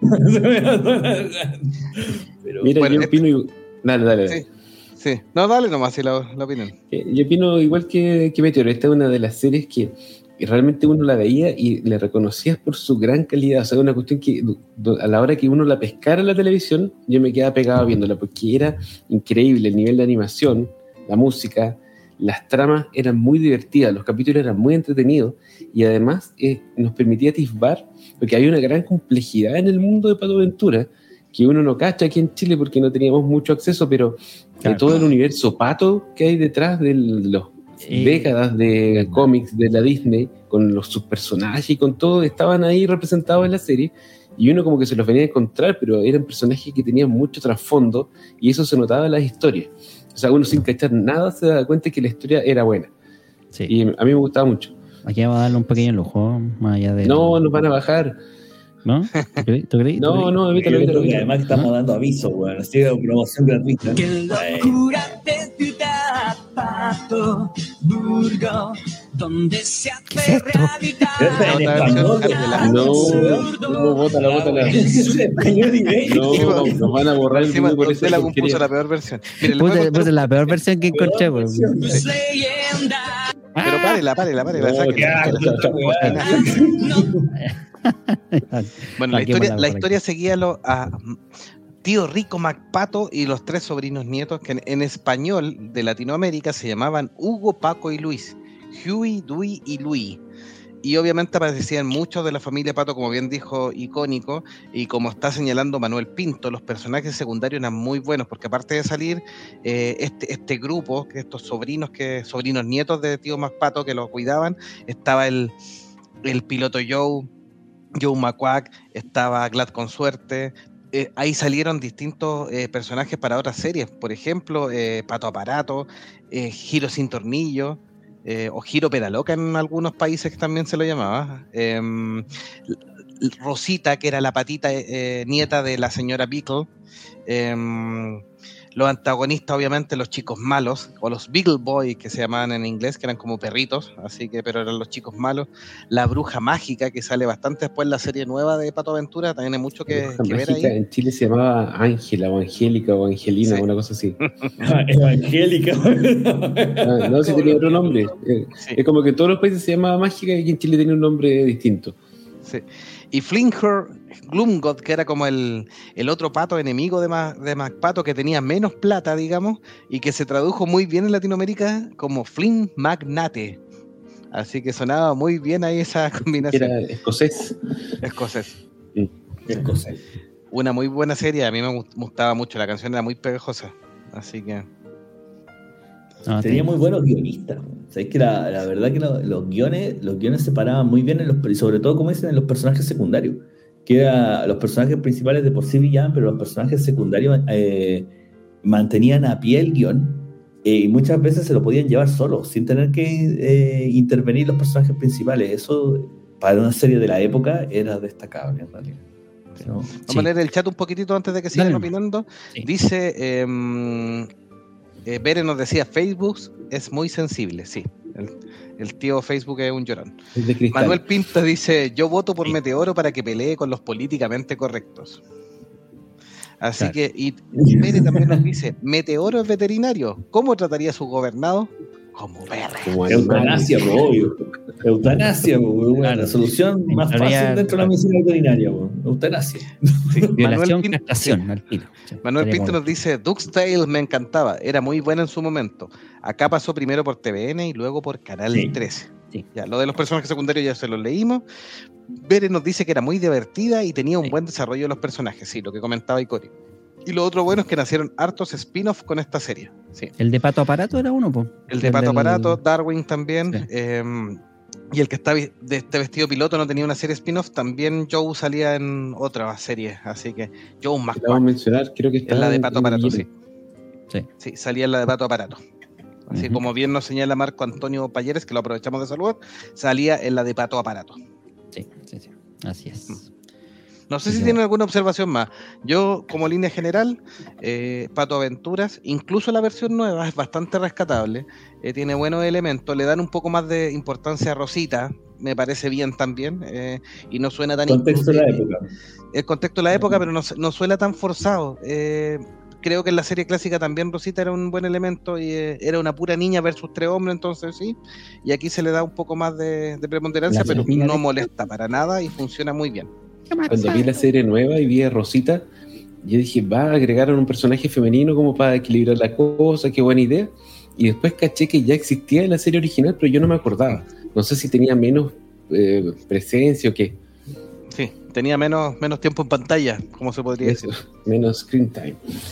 Pero, Mira, bueno, yo opino... y- Dale, dale. Sí, sí. No, dale nomás, si la, la opinión. Eh, Yo opino igual que, que Meteor. Esta es una de las series que realmente uno la veía y le reconocías por su gran calidad. O sea, una cuestión que do- a la hora que uno la pescara en la televisión, yo me quedaba pegado viéndola porque era increíble el nivel de animación, la música, las tramas eran muy divertidas, los capítulos eran muy entretenidos y además eh, nos permitía atisbar, porque hay una gran complejidad en el mundo de Pato Aventura que uno no cacha aquí en Chile porque no teníamos mucho acceso, pero Claro. de todo el universo Pato que hay detrás de los Eh, décadas de cómics de la Disney, con los sus personajes y con todo, estaban ahí representados en la serie, y uno como que se los venía a encontrar, pero eran personajes que tenían mucho trasfondo, y eso se notaba en las historias. O sea, uno sin cachar nada se da cuenta que la historia era buena. Sí. Y a mí me gustaba mucho. Aquí vamos a darle un pequeño lujo, más allá de... No, nos van a bajar. ¿No? ¿Tú crees? ¿Tú crees? No, no, evítalo, yo creo evítalo. que evítalo. además estamos dando aviso, bueno, así de promoción gratuita. ¡Qué locura de ciudad, Pato Burgo, donde se ¿Qué es hace esto? realidad! En español, No, no, bótala, bótala. Es en español y bello. No, nos van a borrar el Encima, video por Don esa Tela porquería. compuso la peor versión. Mire, le voy a Puse, contar puse un- la peor versión que encontré. Pues. versión. Tus leyendas. Pero párela, párela, párela. No, sáquela, qué asco, sáquela. esta weá. Bueno, la Saquémosla historia, por la aquí. historia seguía lo, a Tío Rico MacPato y los tres sobrinos nietos que en, en español de Latinoamérica se llamaban Hugo, Paco y Luis. Huey, Dewey y Louis. Y obviamente aparecían muchos de la familia Pato, como bien dijo, icónico, y como está señalando Manuel Pinto, los personajes secundarios eran muy buenos, porque aparte de salir eh, este, este grupo, que estos sobrinos, que sobrinos nietos de Tío MacPato que los cuidaban, estaba el, el piloto Joe, Joe McQuack, estaba Glad con Suerte. Eh, ahí salieron distintos eh, personajes para otras series, por ejemplo, eh, Pato Aparato, eh, Giro Sin Tornillo, eh, o Giro Peraloca en algunos países que también se lo llamaba. Eh, Rosita, que era la patita eh, nieta de la señora Beagle. Eh, los antagonistas, obviamente, los chicos malos, o los Beagle Boys, que se llamaban en inglés, que eran como perritos, así que, pero eran los chicos malos. La bruja mágica, que sale bastante después en la serie nueva de Pato Aventura, también hay mucho que, La que ver mágica ahí. en Chile se llamaba Ángela o Angélica o Angelina, Sí. una cosa así. Evangélica. Ah, no, si tenía otro nombre. Eh, Sí. Es como que en todos los países se llamaba mágica y aquí en Chile tenía un nombre distinto. Sí. Y Flinger Gloomgod, que era como el, el otro pato enemigo de, Ma, de MacPato, que tenía menos plata, digamos, y que se tradujo muy bien en Latinoamérica como Flynn Magnate. Así que sonaba muy bien ahí esa combinación. Era escocés. Escocés. Es cosa. Una muy buena serie, a mí me gust- gustaba mucho, la canción era muy pegajosa. Así que... No, Tenía te- muy buenos guionistas. Sabéis que la, la verdad que lo- los guiones los guiones se paraban muy bien en los, y sobre todo, como dicen, en los personajes secundarios. Que era, los personajes principales de por sí brillaban, pero los personajes secundarios eh, mantenían a pie el guión. eh, y muchas veces se lo podían llevar solos, sin tener que eh, intervenir los personajes principales. Eso, para una serie de la época, era destacable en realidad. Pero, Vamos sí. a leer el chat un poquitito antes de que sigan Dale. opinando. Sí. Dice, eh, eh, Bere nos decía, Facebook es muy sensible, sí. El, el tío Facebook es un llorón. Es de cristal. Manuel Pinto dice, yo voto por Meteoro para que pelee con los políticamente correctos. Así Claro. que, y, y Bere también nos dice, Meteoro es veterinario, ¿cómo trataría a su gobernado? Como perro. Como animales. eutanasia, po, obvio. Eutanasia, po, una Claro. la solución En más teoría, fácil dentro de la medicina veterinaria, po. Eutanasia. Sí. Manuel, Violación, Pinto, castración, al tiro. Sí, Manuel estaría Pinto como- nos dice, DuckTales me encantaba, era muy buena en su momento. Acá pasó primero por T V N y luego por Canal Sí. trece. Sí. Ya, lo de los personajes secundarios ya se los leímos. Bere nos dice que era muy divertida y tenía un Sí. buen desarrollo de los personajes, sí, lo que comentaba Icori. Y lo otro bueno es que nacieron hartos spin-off con esta serie. Sí. El de Pato Aparato era uno, po. El de Pato del- Aparato, Darwin también. Sí. eh, y el que está vi- de este vestido piloto no tenía una serie spin-off, también Joe salía en otra serie. Así que Joe más La vamos a mencionar, creo que está en la de en- Pato en Aparato, el sí. Sí. Sí, salía en la de Pato Aparato. Así Ujú. como bien nos señala Marco Antonio Payeres, que lo aprovechamos de saludar, salía en la de Pato Aparato. Sí, sí, sí. Así es. No sé Sí, si yo- tienen alguna observación más. Yo, como línea general, eh, Pato Aventuras, incluso la versión nueva es bastante rescatable, eh, tiene buenos elementos, le dan un poco más de importancia a Rosita, me parece bien también, eh, y no suena tan... Contexto de la eh, época. El contexto de la época, pero no, no suena tan forzado. Eh, creo que en la serie clásica también Rosita era un buen elemento y eh, era una pura niña versus tres hombres, entonces sí, y aquí se le da un poco más de, de preponderancia, La pero Sofía no de- molesta para nada y funciona muy bien. Cuando vi la serie nueva y vi a Rosita, yo dije, va, agregaron un personaje femenino como para equilibrar la cosa, qué buena idea. Y después caché que ya existía en la serie original, pero yo no me acordaba. No sé si tenía menos eh, presencia o qué. Sí, tenía menos, menos tiempo en pantalla, como se podría Eso, decir. menos screen time.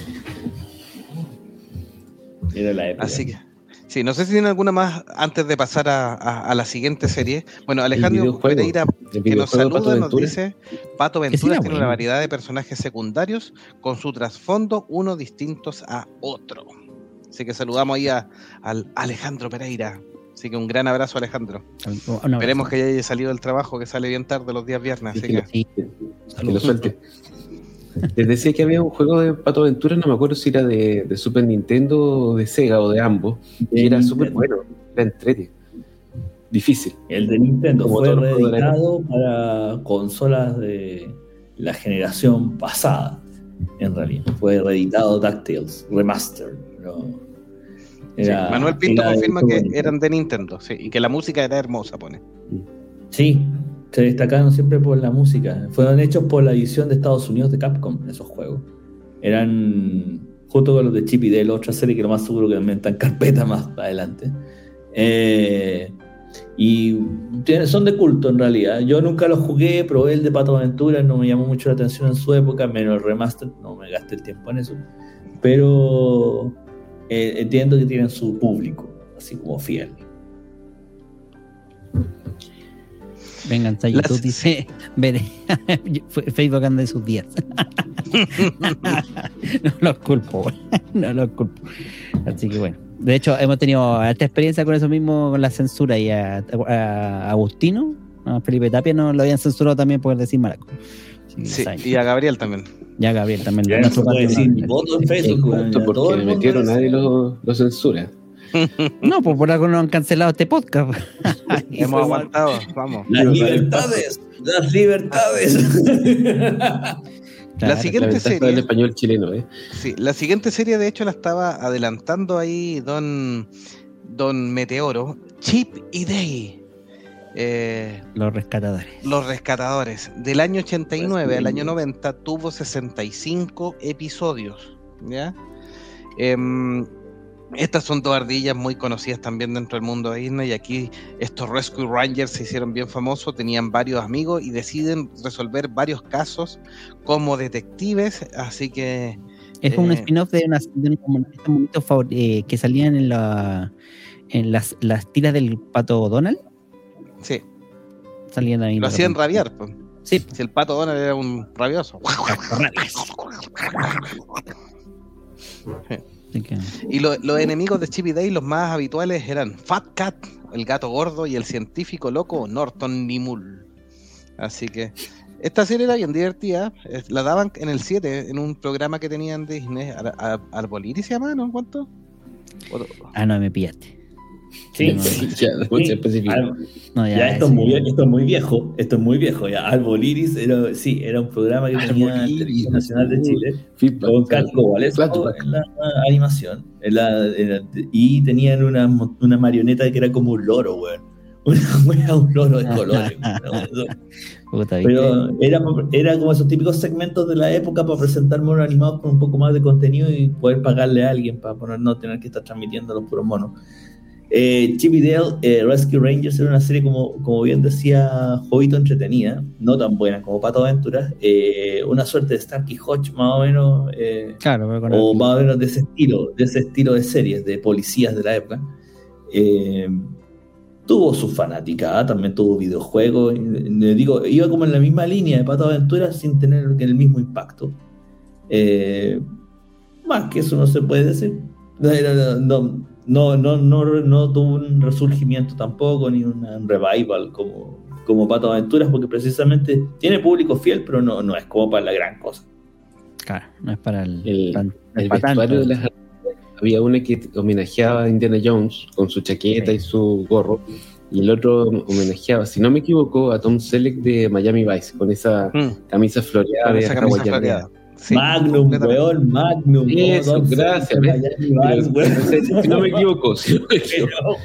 Era la época. Así que, sí, no sé si tienen alguna más antes de pasar a, a- a la siguiente serie. Bueno, Alejandro videojuego, Pereira, El que nos videojuego Pato saluda, nos Aventura. dice, Pato Ese Aventuras era tiene bueno. una variedad de personajes secundarios con su trasfondo, unos distintos a otro. Así que saludamos ahí a, al Alejandro Pereira. Así que un gran abrazo, Alejandro. Una Esperemos que ya haya salido del trabajo, que sale bien tarde los días viernes. Así Sí, que, Sí. Que lo suelte. Les decía que había un juego de Pato Aventura, no me acuerdo si era de, de Super Nintendo o de Sega o de ambos, De y era Nintendo. súper bueno, era entrete. Difícil. El de Nintendo Como fue todos los juegos de la reeditado para consolas de la generación pasada, en realidad. Fue reeditado DuckTales, Remastered. ¿no? sí, Era- Manuel Pinto era de confirma todo que Nintendo. eran de Nintendo, sí, y que la música era hermosa, pone. Sí, se destacaron siempre por la música. Fueron hechos por la edición de Estados Unidos de Capcom, esos juegos. Eran, junto con los de Chip y Dale, otra serie que lo más seguro que también está en carpeta más adelante. Eh, y tiene- son de culto en realidad. Yo nunca los jugué, probé el de Pato Aventura, no me llamó mucho la atención en su época, menos el remaster, no me gasté el tiempo en eso. Pero eh, entiendo que tienen su público, así como fiel. Vengan, a Las- YouTube dice, veré, Facebook anda en sus días. No los culpo, no los culpo. Así que bueno, de hecho hemos tenido esta experiencia con eso mismo, con la censura, y a, a Agustino, a Felipe Tapia no lo habían censurado también por decir maraco. Así que Sí, saben. y a Gabriel también. Ya Gabriel también. Ya nuestro no puede patrón. decir voto en Facebook, Justo weón, ya todo porque el mundo metieron, dice- nadie lo, lo censura. No, pues por algo no han cancelado este podcast. Y Hemos fue aguantado, vamos. Las libertades, las libertades. Claro, La siguiente La ventaja serie- del español chileno, ¿eh? Sí, la siguiente serie de hecho la estaba adelantando ahí Don, Don Meteoro, Chip y Day, eh, los rescatadores. Los Rescatadores. Del año ochenta y nueve al año noventa tuvo sesenta y cinco episodios, ¿ya? Em, estas son dos ardillas muy conocidas también dentro del mundo de Disney, y aquí estos Rescue Rangers se hicieron bien famosos, tenían varios amigos y deciden resolver varios casos como detectives, así que... Es como un Eh, spin-off de, una, de unos monitos monitos favor- eh, que salían en, la, en las, las tiras del Pato Donald. Sí, Salían ahí. lo de hacían repente. rabiar, pues. Sí. Si el Pato Donald era un rabioso. Así que- Y lo- los enemigos de Chip y Dale, los más habituales, eran Fat Cat, el gato gordo, y el científico loco Norton Nimul. Así que esta serie era bien divertida. eh, La daban en el siete, en un programa que tenían de Disney. Ar- Ar- Arboliris se llama, ¿no? ¿Cuánto? O- Ah, no, me pillaste. Sí, No, Sí, ya, mucho sí. específico. Al- No, Ya, ya, esto, ese- es muy, esto es muy viejo, esto es muy viejo. Ya, Arboliris era, sí, era un programa que tenía Arboliris. Televisión Nacional de Chile Feedback, con Carlos Valesco Flashback. en la animación. En la- en la- y tenían una, mo- una marioneta que era como un loro, weón. Una wea, un loro de colores. weón. Puta, ¿viste? Pero era, era como esos típicos segmentos de la época para presentar monos animados con un poco más de contenido y poder pagarle a alguien para poner, no tener que estar transmitiendo los puros monos. Eh, Chip y Dale eh, Rescue Rangers era una serie, como, como bien decía Jovito, entretenida, no tan buena como Pato Aventuras, eh, una suerte de Starkey Hodge más o menos, eh, Claro, pero con o el- más o menos de ese estilo, de ese estilo de series de policías de la época. Eh, tuvo su fanaticada, también tuvo videojuegos, y, le digo, iba como en la misma línea de Pato Aventuras sin tener el mismo impacto. Eh, más que eso no se puede decir. No, no, no, no, no, no tuvo un resurgimiento tampoco, ni un revival como, como Pato Aventuras, porque precisamente tiene público fiel, pero no, no es como para la gran cosa. Claro, no es para el. El, tan- no es el para tanto. vestuario de las ardillas, había una que homenajeaba a Indiana Jones con su chaqueta Sí. y su gorro, y el otro homenajeaba, si no me equivoco, a Tom Selleck de Miami Vice, con esa Mm, camisa floreada. con de esa camisa hawaiana. floreada. Sí, Magnum, completamente. weón, Magnum. Eso, ¿no? gracias, Miami ¿ves? Vice, Pero, weón. si no me equivoco, si no me equivoco.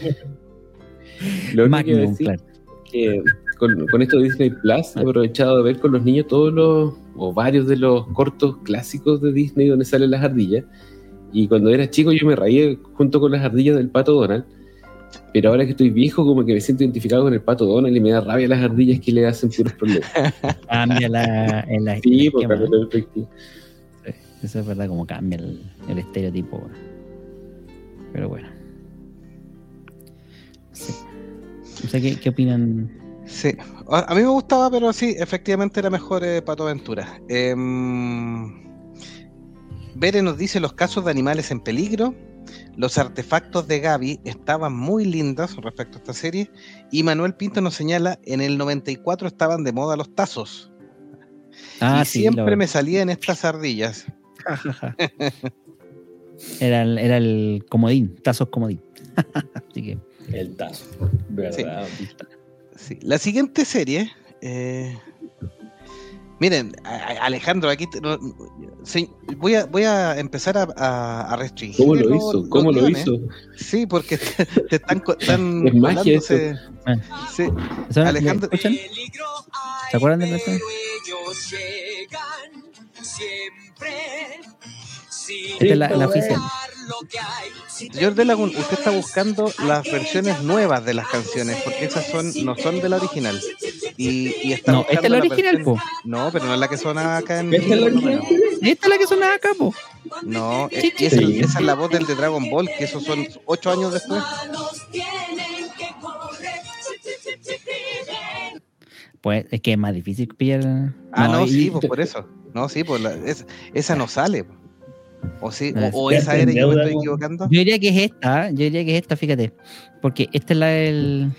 Lo único que iba a Magnum, decir claro. que con, con esto de Disney Plus he aprovechado de ver con los niños todos los, o varios de los cortos clásicos de Disney donde salen las ardillas. Y cuando era chico yo me reía junto con las ardillas del Pato Donald. Pero ahora que estoy viejo, como que me siento identificado con el Pato Donald y me da rabia las ardillas que le hacen puros problemas. Cambia la, el, el Sí, esquema, porque ¿no? la perspectiva. Eso es verdad, como cambia el, el estereotipo. Bueno. Pero bueno. Sí. No sé qué, qué opinan. Sí, a, a mí me gustaba, pero sí, efectivamente era mejor eh, Pato Aventura. Eh, Bere nos dice los casos de animales en peligro. Los artefactos de Gaby estaban muy lindos respecto a esta serie. Y Manuel Pinto nos señala, en el noventa y cuatro estaban de moda los tazos. Ah, y sí, siempre lo- me salían estas ardillas. Era el, era el comodín, tazos comodín. Así que. El tazo, ¿verdad? Sí. La siguiente serie, eh, miren, a- a- Alejandro, aquí te- no- sí, voy, a, voy a empezar a, a- a restringir. ¿Cómo lo los- hizo? los ¿Cómo lo guiones. hizo? Sí, porque te, te están, co- están Es magia colándose- Sí. ¿Eso no- Alejandro- ¿escuchan? ¿Se acuerdan de eso? Ellos llegan siempre. Esta es la, la oficial. Señor Lagun, usted está buscando las versiones nuevas de las canciones, porque esas son no son de la original. Y, y está No, buscando esta es la original, versión- po. No, pero no es la que suena acá en ¿Esta es la por lo original? menos. Esta es la que sonaba acá, po. No, Sí, eh, sí, esa, sí. esa es la voz del de Dragon Ball, que esos son ocho años después. Pues es que es más difícil pillar. Ah, no, y- sí, pues por eso. No, sí, pues la- es- esa no sale. O sí, o, o Ya esa era y yo me estoy entendí, equivocando. Yo diría que es esta, yo diría que es esta, fíjate. Porque esta es la del.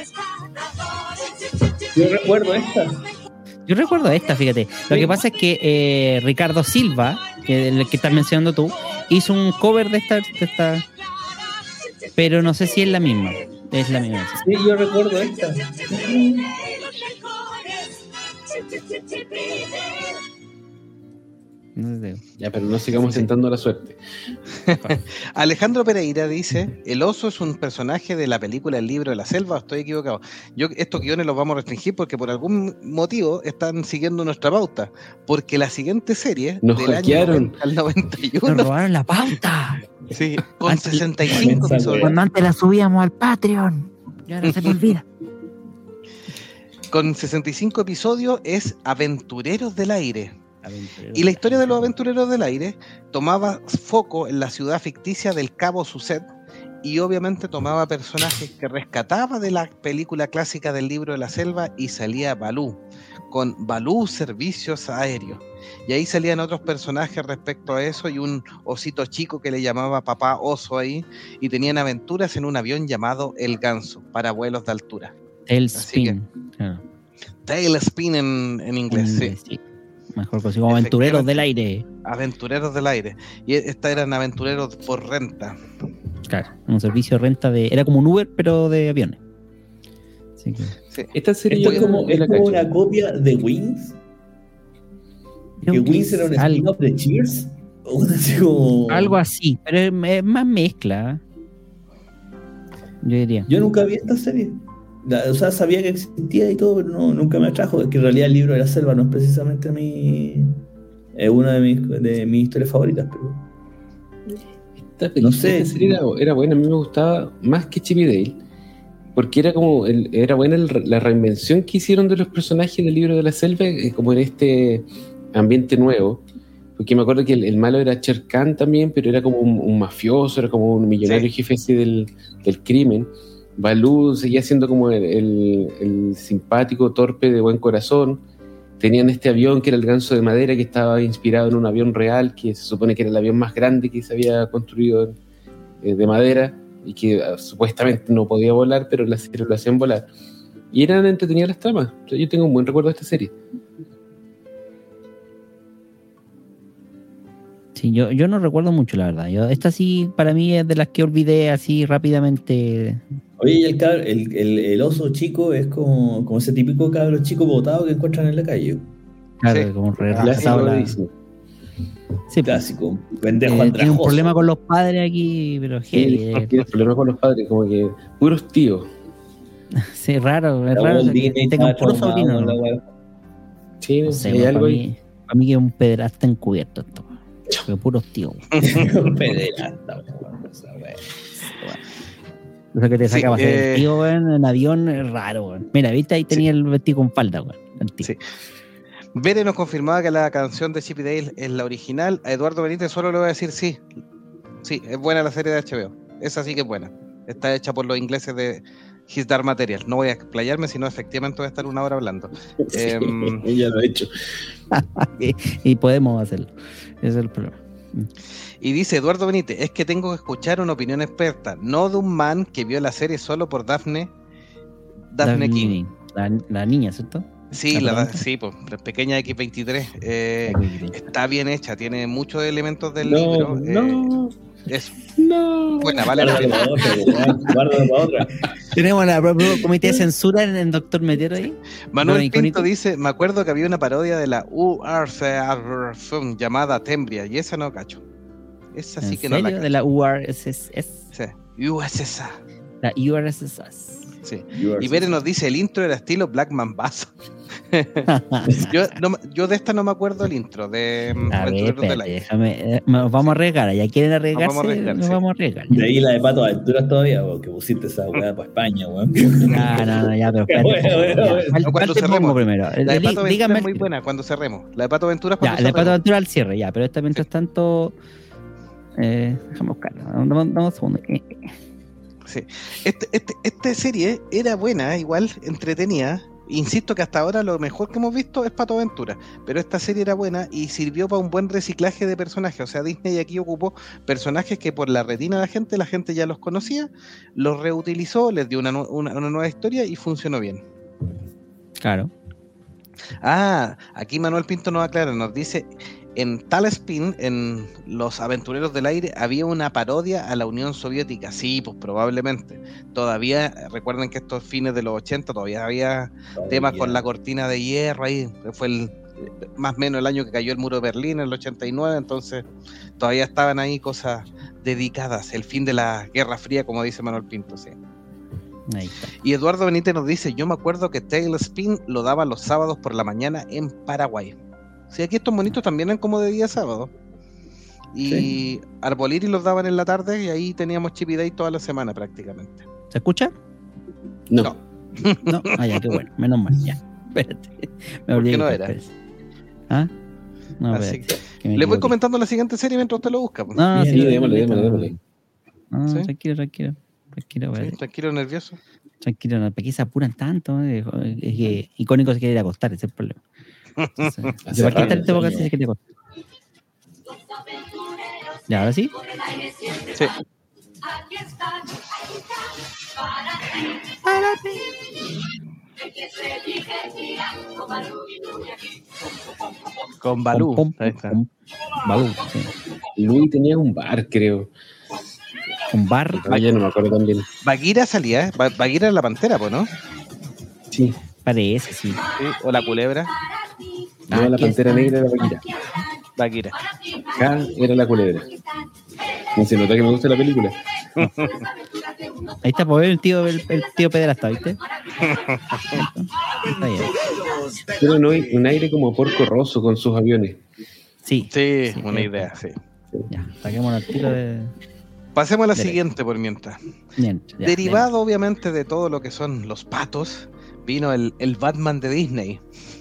Yo recuerdo esta. Yo recuerdo esta, fíjate. Lo que pasa es que eh, Ricardo Silva, que el que estás mencionando tú, hizo un cover de esta, de esta. Pero no sé si es la misma. Es la misma. Sí, yo recuerdo esta. No sé. Ya, pero no sigamos tentando la suerte. Alejandro Pereira dice: el oso es un personaje de la película El libro de la selva. Estoy equivocado. Yo estos guiones los vamos a restringir porque por algún motivo están siguiendo nuestra pauta. Porque la siguiente serie Nos del hackearon. año noventa al noventa y Nos uno, robaron la pauta. sí, con Antes- sesenta y cinco Esa episodios. Cuando antes la subíamos al Patreon. Ya no se me olvida. Con sesenta y cinco episodios es Aventureros del Aire. Y la historia de los Aventureros del Aire tomaba foco en la ciudad ficticia del Cabo Suset y obviamente tomaba personajes que rescataba de la película clásica del libro de la selva y salía Balú, con Balú Servicios Aéreos. y ahí salían otros personajes respecto a eso, y un osito chico que le llamaba papá oso ahí, y tenían aventuras en un avión llamado El Ganso, para vuelos de altura. Tailspin. Claro. Tailspin en, en inglés, En sí. inglés, sí. Mejor conocido como aventureros del aire. Aventureros del aire. Y estas eran aventureros por renta. Claro, un servicio de renta de... Era como un Uber, pero de aviones. Así que... Sí. Esta serie Esto es yo como, no es la como cacho. una copia de Wings. Que Creo que Wings era un es algo, spin-off de Cheers. O así como... algo así, pero es, es más mezcla. Yo diría. Yo nunca vi esta serie. La- o sea, sabía que existía y todo, pero no, nunca me atrajo. Es que en realidad el libro de la selva no es precisamente mi... Es una de mis, de mis historias favoritas, pero... Esta, película, No sé. esta serie era, era buena, a mí me gustaba más que Chip y Dale, porque era como el- era buena el- la reinvención que hicieron de los personajes del libro de la selva, eh, como en este ambiente nuevo. Porque me acuerdo que el, el malo era Shere Khan también, pero era como un, un mafioso, era como un millonario Sí. jefe así del, del crimen. Balú seguía siendo como el, el- el simpático, torpe, de buen corazón. Tenían este avión que era el Ganso de madera, que estaba inspirado en un avión real, que se supone que era el avión más grande que se había construido eh, de madera, y que uh, supuestamente no podía volar, pero la serie lo hacían volar. Y eran entretenidas las tramas. O sea, yo tengo un buen recuerdo de esta serie. Sí, yo, yo no recuerdo mucho, la verdad. Yo, esta sí, para mí, es de las que olvidé así rápidamente. Oye, y el, cab- el, el, el oso chico es como, como ese típico cabro chico botado que encuentran en la calle. Claro, Sí. como re- Clásico repasado la- de Disney. Sí, pues, Clásico. Pendejo eh, tiene un andrajoso. problema con los padres aquí, pero heavy. Sí, eh. tiene problemas con los padres, como que puros tíos. Sí, raro, es La raro Walt que Disney tengan estaba puro traumado sobrino. con la ¿no? wea. Sí, No sé, hay para, algo ahí. mí, para mí que es un pederasta encubierto esto. Porque puros tíos. Pederasta, weón, esa wea. O sea, que te Sí, saca para hacer eh, el tío, weón, en avión, es raro, weón. Mira, viste, ahí tenía el vestido con falda, weón. El tío. Sí. Bere nos confirmaba que la canción de Chip y Dale es la original. A Eduardo Benítez solo le voy a decir sí. Sí, es buena la serie de H B O. Esa sí que es buena. Está hecha por los ingleses de His Dark Material. No voy a explayarme, sino efectivamente voy a estar una hora hablando. Em, Sí, ya lo he hecho. y, y podemos hacerlo. Ese es el problema. Y dice Eduardo Benítez, es que tengo que escuchar una opinión experta, no de un man que vio la serie solo por Daphne, Daphne King. La, la niña, ¿cierto? Sí, ¿La la, protagonista? sí, pues, la pequeña equis veintitrés. eh, La- está bien hecha, tiene muchos elementos del No, libro. no, eh, es no. buena, vale la Guárdalo pena. para otra, weón. Guárdalo para otra. Tenemos la propio comité de censura en el Doctor Meteoro ahí. Manuel Pero icónico. Pinto dice, me acuerdo que había una parodia de la U R C R llamada Tembria, y esa no cacho. Esa sí ¿En que no la serio? cacho. De la U R S S. Sí. U S S A. La U R S S. Sí. You are Y Bere so- nos dice, el intro era estilo Black Mambazo. yo, no, yo de esta no me acuerdo el intro de mm, A ver, Aventureros del espérate, Aire. déjame. eh, nos vamos a arriesgar. ¿Ya quieren arriesgarse? Nos vamos a arriesgar, Nos sí. vamos a arriesgar. De ahí la de Pato Aventuras todavía, porque pusiste esa weá para España, weón. No, no, no, ya, pero espérate. Bueno, bueno, Ya, bueno. ¿cuál- No, cuál cuando te cerremos. pongo primero? La de Di- Pato Aventura dígame es muy el- buena cuando cerremos. La de Pato Aventuras Ya, cuando la de Pato cerremos. Aventura al cierre, ya, pero esta mientras tanto. Eh, déjame buscarla. Dame dame un segundo. Eh, Sí. Este, este, esta serie era buena, igual, entretenida. Insisto que hasta ahora lo mejor que hemos visto es Pato Aventura, pero esta serie era buena y sirvió para un buen reciclaje de personajes. O sea, Disney aquí ocupó personajes que por la retina de la gente, la gente ya los conocía, los reutilizó, les dio una, nu- una, una nueva historia y funcionó bien. Claro. Ah, aquí Manuel Pinto nos aclara, nos dice, en Tailspin, en Los Aventureros del Aire, había una parodia a la Unión Soviética. Sí, pues probablemente. Todavía, recuerden que estos fines de los ochenta todavía había temas con la cortina de hierro ahí. Fue el, más o menos el año que cayó el muro de Berlín, en el ochenta y nueve, entonces todavía estaban ahí cosas dedicadas. El fin de la Guerra Fría, como dice Manuel Pinto, sí. Ahí está. Y Eduardo Benítez nos dice, yo me acuerdo que Tailspin lo daba los sábados por la mañana en Paraguay. Sí, aquí estos monitos también eran como de día sábado. Y Sí. Arboliri los daban en la tarde y ahí teníamos Chip y Dale toda la semana prácticamente. ¿Se escucha? No. No. No. Ah, ya, qué bueno. Menos mal, ya. Espérate. Me olvidé. qué no que- era? espérate. ¿Ah? No, Así espérate, que me Les voy equivoqué. comentando la siguiente serie mientras usted lo busca. pues. No, Bien, sí, démosle, listo. démosle, démosle. No, ¿Sí? tranquilo, tranquilo. Tranquilo, Sí, espérate. tranquilo, nervioso. Tranquilo, no, ¿para qué se apuran tanto? Eh, Es que icónico se quiere ir a acostar, ese es el problema. Sí. Hace ¿Para qué rato, tanto años. que te costó? ¿Ya, ahora sí? Sí. Con Balú. Pom, pom, Ahí está. pom. Balú, sí. Luis tenía un bar, creo. Un bar. Ah, ya no me acuerdo también. Bagheera salía, ¿eh? Ba- Bagheera era la pantera, pues, ¿no? Sí. Parece, sí. Sí, o la culebra. No, Ah, la ¿qué pantera está? negra era Bagheera. Bagheera. Acá era la culebra. Y se nota que me gusta la película. Ahí está, por ver el tío, el, el tío pederasta, ¿viste? Está bien. Pero no hay un aire como Porco Rosso con sus aviones. Sí. Sí, Sí, una eh, idea, sí. Ya, saquémonos el tiro de. Pasemos a la Dele. siguiente por mientras. Bien, ya, Derivado, obviamente, de todo lo que son los patos, vino el, el Batman de Disney.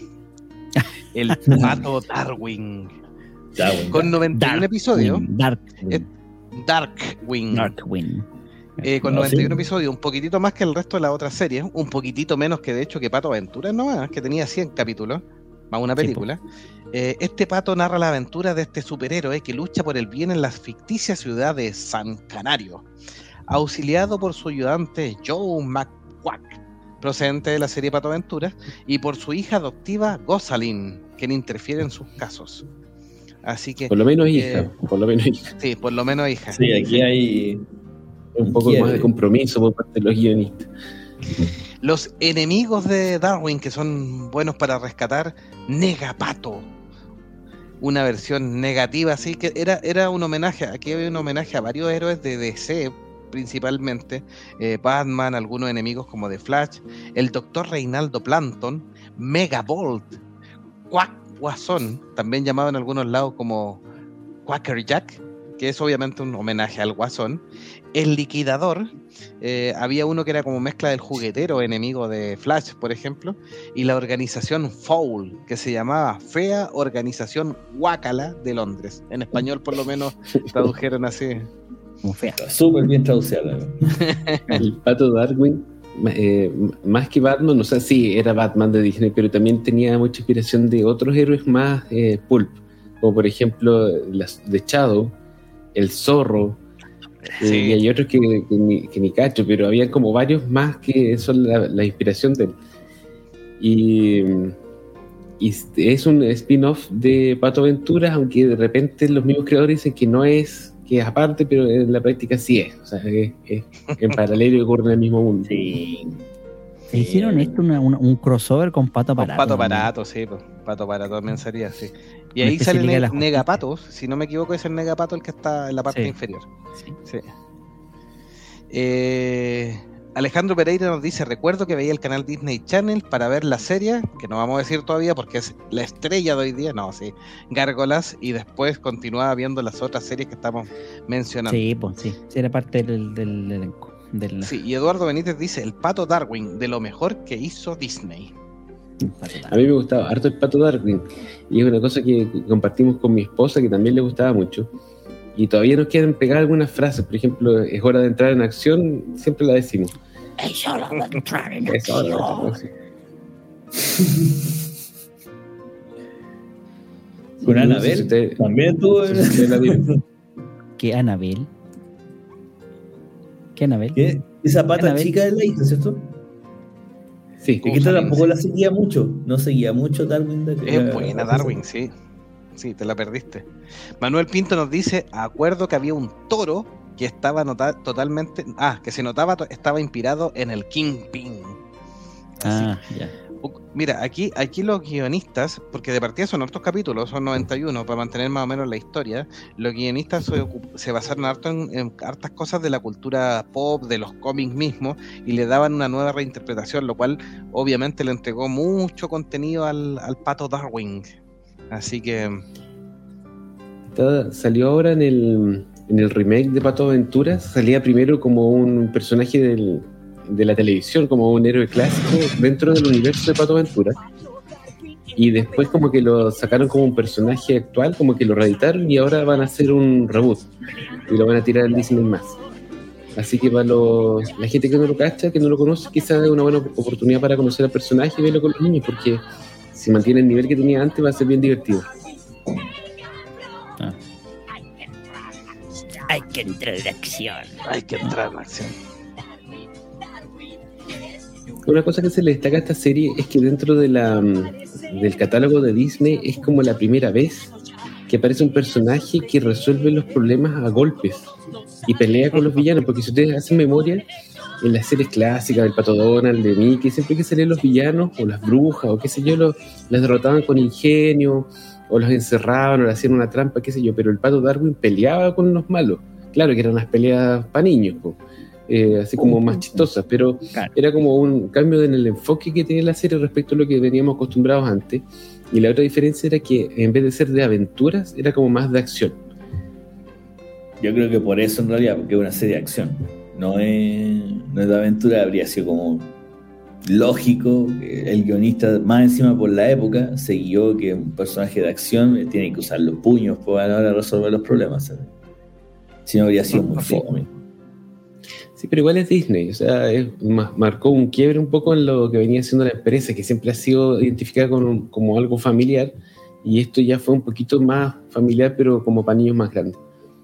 El pato Darwin. Darwin. Con noventa y uno Darkwing, episodios. Darkwing. Eh, Darkwing. Darkwing. Eh, con Ah, noventa y uno sí. episodios, un poquitito más que el resto de las otras series, un poquitito menos que de hecho que Pato Aventuras nomás, que tenía cien capítulos, más una Sí, película. Eh, este pato narra la aventura de este superhéroe que lucha por el bien en la ficticia ciudad de San Canario, auxiliado por su ayudante Joe McQuack, procedente de la serie Pato Aventuras, y por su hija adoptiva Gossalyn, quien interfiere en sus casos. Así que, Por lo menos Eh, hija. Por lo menos hija. sí, por lo menos hija. Sí, aquí hay. Un poco Quiere. más de compromiso por parte de los guionistas. Los enemigos de Darwin, que son buenos para rescatar, Negapato. Una versión negativa, así que era, era un homenaje, aquí había un homenaje a varios héroes de D C, principalmente, eh, Batman, algunos enemigos como The Flash, el Doctor Reinaldo Planton, Megabolt, Quack Guasón, también llamado en algunos lados como Quacker Jack, que es obviamente un homenaje al Guasón, el Liquidador, eh, había uno que era como mezcla del juguetero enemigo de Flash, por ejemplo, y la organización Foul, que se llamaba Fea Organización Guácala de Londres. En español por lo menos tradujeron así. Como fea. Está súper bien traducida. la verdad. El pato Darwin, ma- eh, m- más que Batman, o sea, sí, era Batman de Disney, pero también tenía mucha inspiración de otros héroes más eh, pulp, como por ejemplo las de Shadow, el Zorro, eh, Sí. y hay otros que, que ni, que ni cacho, pero había como varios más que son la, la inspiración de él. Y, y es un spin-off de Pato Aventuras, aunque de repente los mismos creadores dicen que no es, que es aparte, pero en la práctica sí es. O sea, es, es en paralelo y ocurre en el mismo mundo. Sí. Se hicieron esto una- una- un crossover con Pato Con Aparato. Pato también. Parato, sí, pues, Pato Parato también sería, sí. Y Una ahí especie sale de Liga de la Ne- Justicia. Negapato, si no me equivoco es el Negapato el que está en la parte Sí. inferior. Sí. Sí. Eh, Alejandro Pereira nos dice, recuerdo que veía el canal Disney Channel para ver la serie, que no vamos a decir todavía porque es la estrella de hoy día, no, sí, Gárgolas, y después continuaba viendo las otras series que estamos mencionando. Sí, pues sí. Sí, era parte del, del elenco. Del, Sí, y Eduardo Benítez dice, el Pato Darwin, de lo mejor que hizo Disney. Pato Aparato. A mí me gustaba harto el Pato Darwin, y es una cosa que compartimos con mi esposa, que también le gustaba mucho. Y todavía nos quieren pegar algunas frases, por ejemplo, es hora de entrar en acción, siempre la decimos. Es hora de entrar en Es hora de entrar en acción. acción. Con No sé Anabel. si usted- También tuvo. no sé si usted la vio. ¿Qué Anabel? ¿Qué Anabel? ¿Qué? Esa pata Anabel. chica es la hija, ¿cierto? Sí, Es que esta tampoco la seguía mucho. No seguía mucho Darwin. de- Es la- buena la- Darwin, sí. Sí, te la perdiste. Manuel Pinto nos dice, acuerdo que había un toro que estaba nota- totalmente, ah, que se notaba, to- estaba inspirado en el Kingpin. Así. Ah, ya. U- Mira, aquí, aquí los guionistas, porque de partida son hartos capítulos, son noventa y uno, para mantener más o menos la historia, los guionistas se, ocup- se basaron harto en, en hartas cosas de la cultura pop, de los cómics mismos, y le daban una nueva reinterpretación, lo cual obviamente le entregó mucho contenido al, al Pato Darwin. Así que, Está- salió ahora en el, en el remake de Pato Aventuras, salía primero como un personaje del, de la televisión, como un héroe clásico dentro del universo de Pato Aventuras, y después como que lo sacaron como un personaje actual, como que lo reeditaron y ahora van a hacer un reboot y lo van a tirar en Disney más. Así que para los, la gente que no lo cacha, que no lo conoce, quizás es una buena oportunidad para conocer al personaje y verlo con los niños, porque si mantiene el nivel que tenía antes va a ser bien divertido. Ah. Hay que entrar en acción. Hay que entrar en acción. Una cosa que se le destaca a esta serie es que dentro de la, del catálogo de Disney es como la primera vez que aparece un personaje que resuelve los problemas a golpes y pelea con los villanos, porque si ustedes hacen memoria, en las series clásicas del Pato Donald, de Mickey, siempre que salían los villanos o las brujas o qué sé yo, los, las derrotaban con ingenio o los encerraban o le hacían una trampa, qué sé yo, pero el Pato Darwin peleaba con los malos. Claro que eran unas peleas para niños, pues. Eh, así como más chistosas, pero claro, era como un cambio en el enfoque que tenía la serie respecto a lo que veníamos acostumbrados antes. Y la otra diferencia era que en vez de ser de aventuras, era como más de acción. Yo creo que por eso en realidad, porque es una serie de acción, no es, no es de aventura. Habría sido como lógico que el guionista, más encima por la época, se guió que un personaje de acción tiene que usar los puños para resolver los problemas, ¿sabes? Si no habría sido muy fome. Sí, pero igual es Disney, o sea, es, marcó un quiebre un poco en lo que venía haciendo la empresa, que siempre ha sido identificada con, como algo familiar, y esto ya fue un poquito más familiar, pero como para niños más grandes.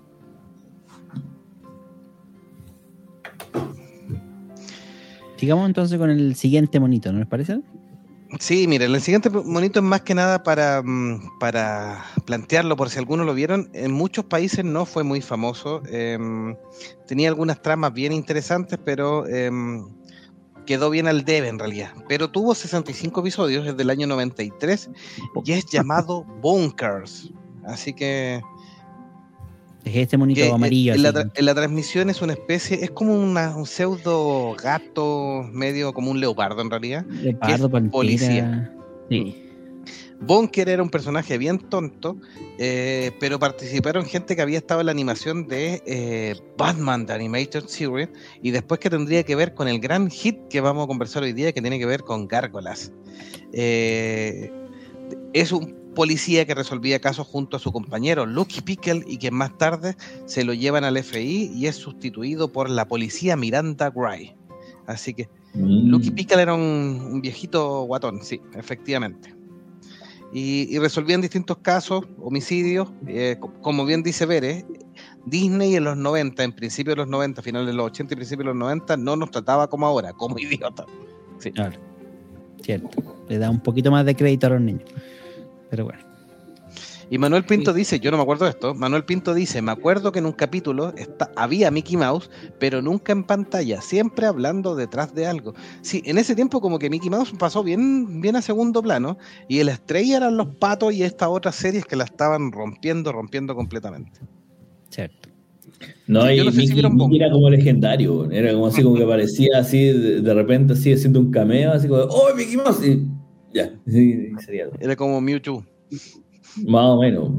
Sigamos entonces con el siguiente monito, ¿no les parece? Sí, miren, el siguiente monito es más que nada para, para plantearlo, por si algunos lo vieron. En muchos países no fue muy famoso. Eh, tenía algunas tramas bien interesantes, pero eh, quedó bien al debe en realidad. Pero tuvo sesenta y cinco episodios, es del año noventa y tres, y es llamado Bonkers. Así que... Es este monito que amarillo. En la, así. tra- en la transmisión es una especie, es como una, un pseudo gato, medio como un leopardo en realidad. Leopardo, que es pantera. policía. Sí. Bonker era un personaje bien tonto, eh, pero participaron gente que había estado en la animación de eh, Batman, The Animated Series, y después que tendría que ver con el gran hit que vamos a conversar hoy día, que tiene que ver con Gárgolas. Eh, es un policía que resolvía casos junto a su compañero Lucky Pickle, y que más tarde se lo llevan al F B I y es sustituido por la policía Miranda Gray. Así que mm. Lucky Pickle era un, un viejito guatón, sí, efectivamente. Y, y resolvían distintos casos, homicidios, eh, como bien dice Pérez. Disney en los noventa, en principio de los noventa, finales de los ochenta y principios de los noventa, no nos trataba como ahora, como idiota. Sí. Claro, cierto. Le da un poquito más de crédito a los niños. Pero bueno. Y Manuel Pinto dice, yo no me acuerdo de esto, Manuel Pinto dice, me acuerdo que en un capítulo está, había Mickey Mouse, pero nunca en pantalla, siempre hablando detrás de algo. Sí, en ese tiempo como que Mickey Mouse pasó bien, bien a segundo plano, y el estrella eran los patos y estas otras series que la estaban rompiendo, rompiendo completamente. Cierto. No, sí, y no sé Mickey, si Mickey era como legendario, era como así, como que aparecía así, de, de repente así, haciendo un cameo, así como, ¡oh, Mickey Mouse! Y ya, sí, sería. Era como Mewtwo. Más o menos.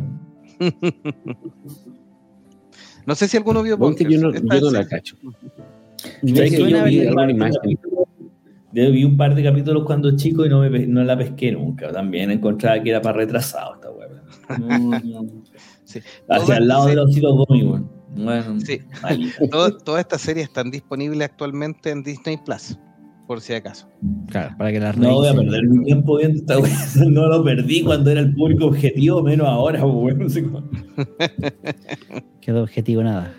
No sé si alguno vio Bonkers. Yo no, yo no la cacho. Yo vi, yo vi un par de capítulos cuando chico y no, me, no la pesqué nunca. También encontraba que era para retrasado esta hueá. No, no. Sí. Hacia el lado de los ositos cómicos. Bueno, sí. Todo, todas estas series están disponibles actualmente en Disney Plus, por si acaso. Claro, para que las No voy a perder mi tiempo viendo esta wea. No lo perdí cuando era el público objetivo, menos ahora, bueno. Quedó objetivo nada.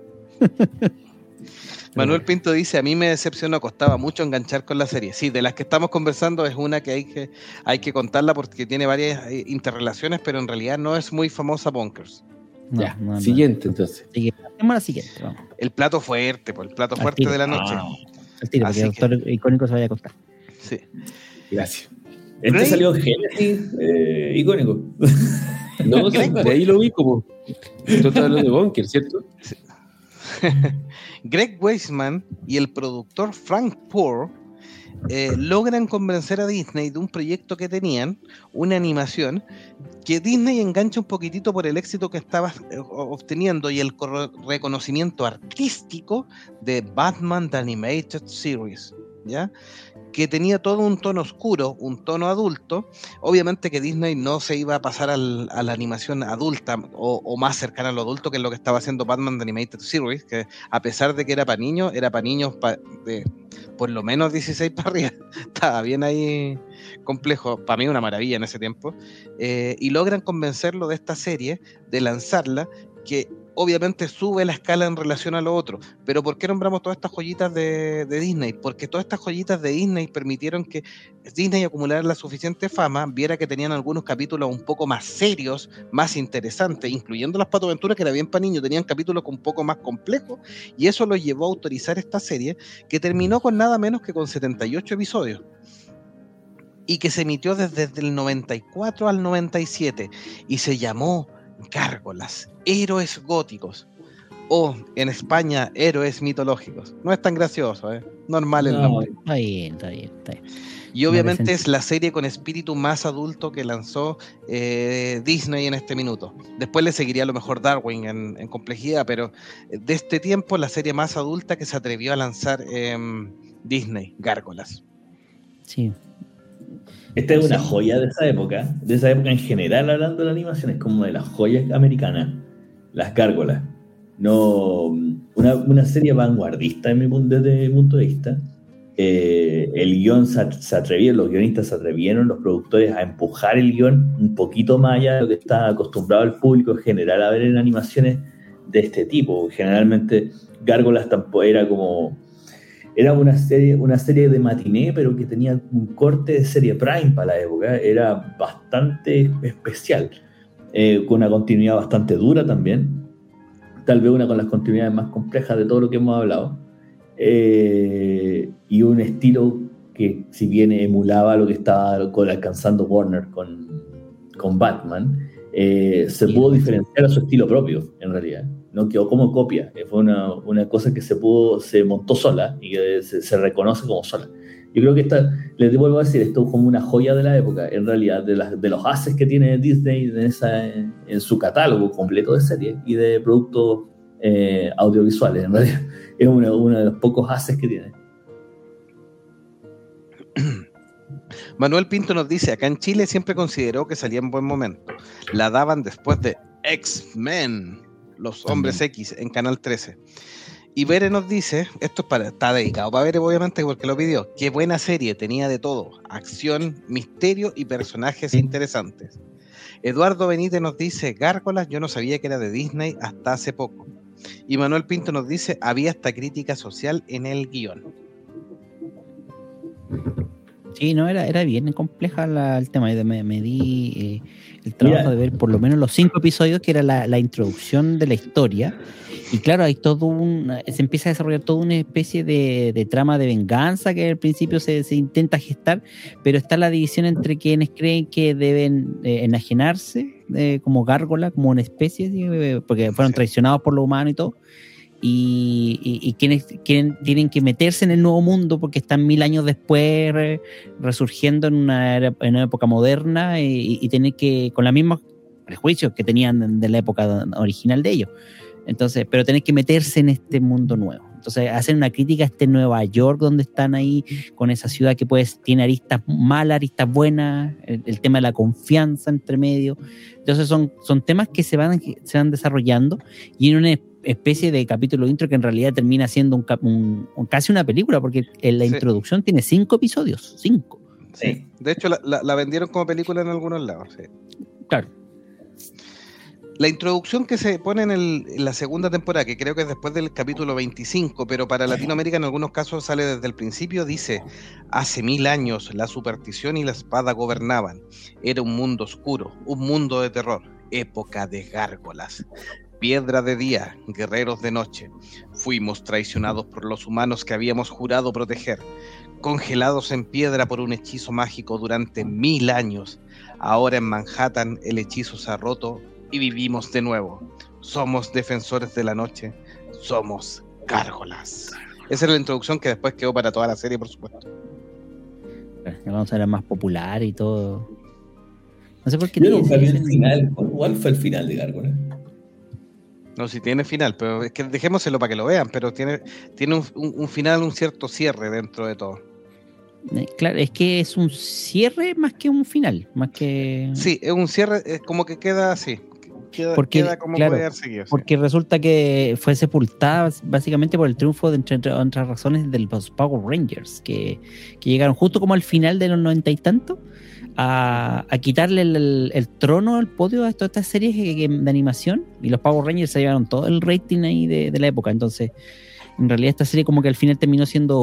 Manuel Pinto dice, a mí me decepcionó, costaba mucho enganchar con la serie. Sí, de las que estamos conversando es una que hay que, hay que contarla porque tiene varias interrelaciones, pero en realidad no es muy famosa Bonkers. No, ya, no, no. Siguiente entonces. Vamos a la siguiente. Vamos. El plato fuerte, pues, el plato Al fuerte tiro. de la noche. Ah. Al tiro, porque el doctor que... icónico se vaya a acostar. Sí. Gracias. Este Greg... salió Genesis eh, icónico. No, de ahí lo vi como. Tú estás hablando de Bunker, ¿cierto? Sí. Greg Weisman y el productor Frank Poor eh, logran convencer a Disney de un proyecto que tenían, una animación, que Disney engancha un poquitito por el éxito que estaba eh, obteniendo y el reconocimiento artístico de Batman The Animated Series, ¿ya? que tenía todo un tono oscuro, un tono adulto. Obviamente que Disney no se iba a pasar al, a la animación adulta o, o más cercana a lo adulto, que es lo que estaba haciendo Batman The Animated Series, que a pesar de que era para niños, era para niños pa, de por lo menos dieciséis para arriba. Estaba bien ahí complejo, para mí una maravilla en ese tiempo, eh, y logran convencerlo de esta serie, de lanzarla, que obviamente sube la escala en relación a lo otro. Pero ¿por qué nombramos todas estas joyitas de, de Disney? Porque todas estas joyitas de Disney permitieron que Disney acumulara la suficiente fama, viera que tenían algunos capítulos un poco más serios, más interesantes, incluyendo las Pato Aventuras, que era bien para niños, tenían capítulos un poco más complejos, y eso los llevó a autorizar esta serie, que terminó con nada menos que con setenta y ocho episodios, y que se emitió desde el noventa y cuatro al noventa y siete, y se llamó Gárgolas, héroes góticos, o en España, héroes mitológicos. No es tan gracioso, ¿eh? Normal el No, nombre. está bien, está bien, está bien. Y obviamente Vale, es la serie con espíritu más adulto que lanzó eh, Disney en este minuto. Después le seguiría a lo mejor Darwin en, en complejidad, pero de este tiempo la serie más adulta que se atrevió a lanzar eh, Disney, Gárgolas. Sí. Esta es una joya de esa época, de esa época en general, hablando de la animación, es como de las joyas americanas, las Gárgolas. No, una, una serie vanguardista en mi, desde mi punto de vista. Eh, el guión se, se atrevieron, los guionistas se atrevieron, los productores, a empujar el guión un poquito más allá de lo que está acostumbrado el público en general a ver en animaciones de este tipo. Generalmente Gárgolas tampoco era como... Era una serie, una serie de matiné, pero que tenía un corte de serie prime para la época. Era bastante especial, eh, con una continuidad bastante dura también. Tal vez una con las continuidades más complejas de todo lo que hemos hablado. Eh, y un estilo que, si bien emulaba lo que estaba alcanzando Warner con, con Batman, eh, se pudo diferenciar a su estilo propio, en realidad. No quedó como copia, fue una, una cosa que se pudo, se montó sola y que se, se reconoce como sola. Yo creo que esta, les vuelvo a decir, esto es como una joya de la época, en realidad, de, las, de los ases que tiene Disney en, esa, en su catálogo completo de series y de productos eh, audiovisuales. En realidad, es uno, uno de los pocos ases que tiene. Manuel Pinto nos dice, acá en Chile siempre consideró que salía en buen momento. La daban después de X-Men, los Hombres X, en Canal trece. Y Bere nos dice, esto es para, está dedicado para Bere obviamente porque lo pidió, qué buena serie, tenía de todo, acción, misterio y personajes interesantes. Eduardo Benítez nos dice, Gárgolas, yo no sabía que era de Disney hasta hace poco. Y Manuel Pinto nos dice, había hasta crítica social en el guión. Sí, no, era, era bien compleja la, el tema. Me, me di eh, el trabajo Mira. de ver por lo menos los cinco episodios, que era la, la introducción de la historia. Y claro, hay todo un, se empieza a desarrollar toda una especie de, de trama de venganza que al principio se, se intenta gestar, pero está la división entre quienes creen que deben eh, enajenarse eh, como gárgola, como una especie, eh, porque fueron traicionados por lo humano y todo. Y, y, y quienes, quienes tienen que meterse en el nuevo mundo porque están mil años después re, resurgiendo en una, era, en una época moderna y, y tienen que, con los mismos prejuicios que tenían de la época original de ellos. Entonces, pero tener que meterse en este mundo nuevo. Entonces, hacen una crítica a este Nueva York donde están ahí, con esa ciudad que pues tiene aristas malas, aristas buenas, el, el tema de la confianza entre medio. Entonces, son, son temas que se van, se van desarrollando y en una especie de capítulo intro que en realidad termina siendo un, un, un, casi una película, porque en la sí. introducción tiene cinco episodios, cinco. Sí, de hecho la, la, la vendieron como película en algunos lados. Sí. Claro. La introducción que se pone en, el, en la segunda temporada, que creo que es después del capítulo veinticinco, pero para Latinoamérica en algunos casos sale desde el principio, dice: hace mil años la superstición y la espada gobernaban. Era un mundo oscuro, un mundo de terror, época de gárgolas. Piedra de día, guerreros de noche. Fuimos traicionados por los humanos que habíamos jurado proteger, congelados en piedra por un hechizo mágico durante mil años. Ahora en Manhattan el hechizo se ha roto y vivimos de nuevo. Somos defensores de la noche, somos gárgolas. Esa es la introducción que después quedó para toda la serie, por supuesto. Vamos a ver más popular y todo. No sé por qué. Yo nunca vi el final. ¿Cuál fue el final de Gárgolas? No, si tiene final, pero es que dejémoselo para que lo vean, pero tiene, tiene un, un, un final, un cierto cierre dentro de todo. Eh, Claro, es que es un cierre más que un final, más que... Sí, es un cierre, es como que queda así. Queda, Porque, queda como claro, puede haber seguido. Sí. Porque resulta que fue sepultada básicamente por el triunfo de entre, entre otras razones de los Power Rangers, que, que llegaron justo como al final de los noventa y tantos a, a quitarle el, el, el trono, el podio a todas estas series de, de animación, y los Power Rangers se llevaron todo el rating ahí de, de la época. Entonces, en realidad esta serie como que al final terminó siendo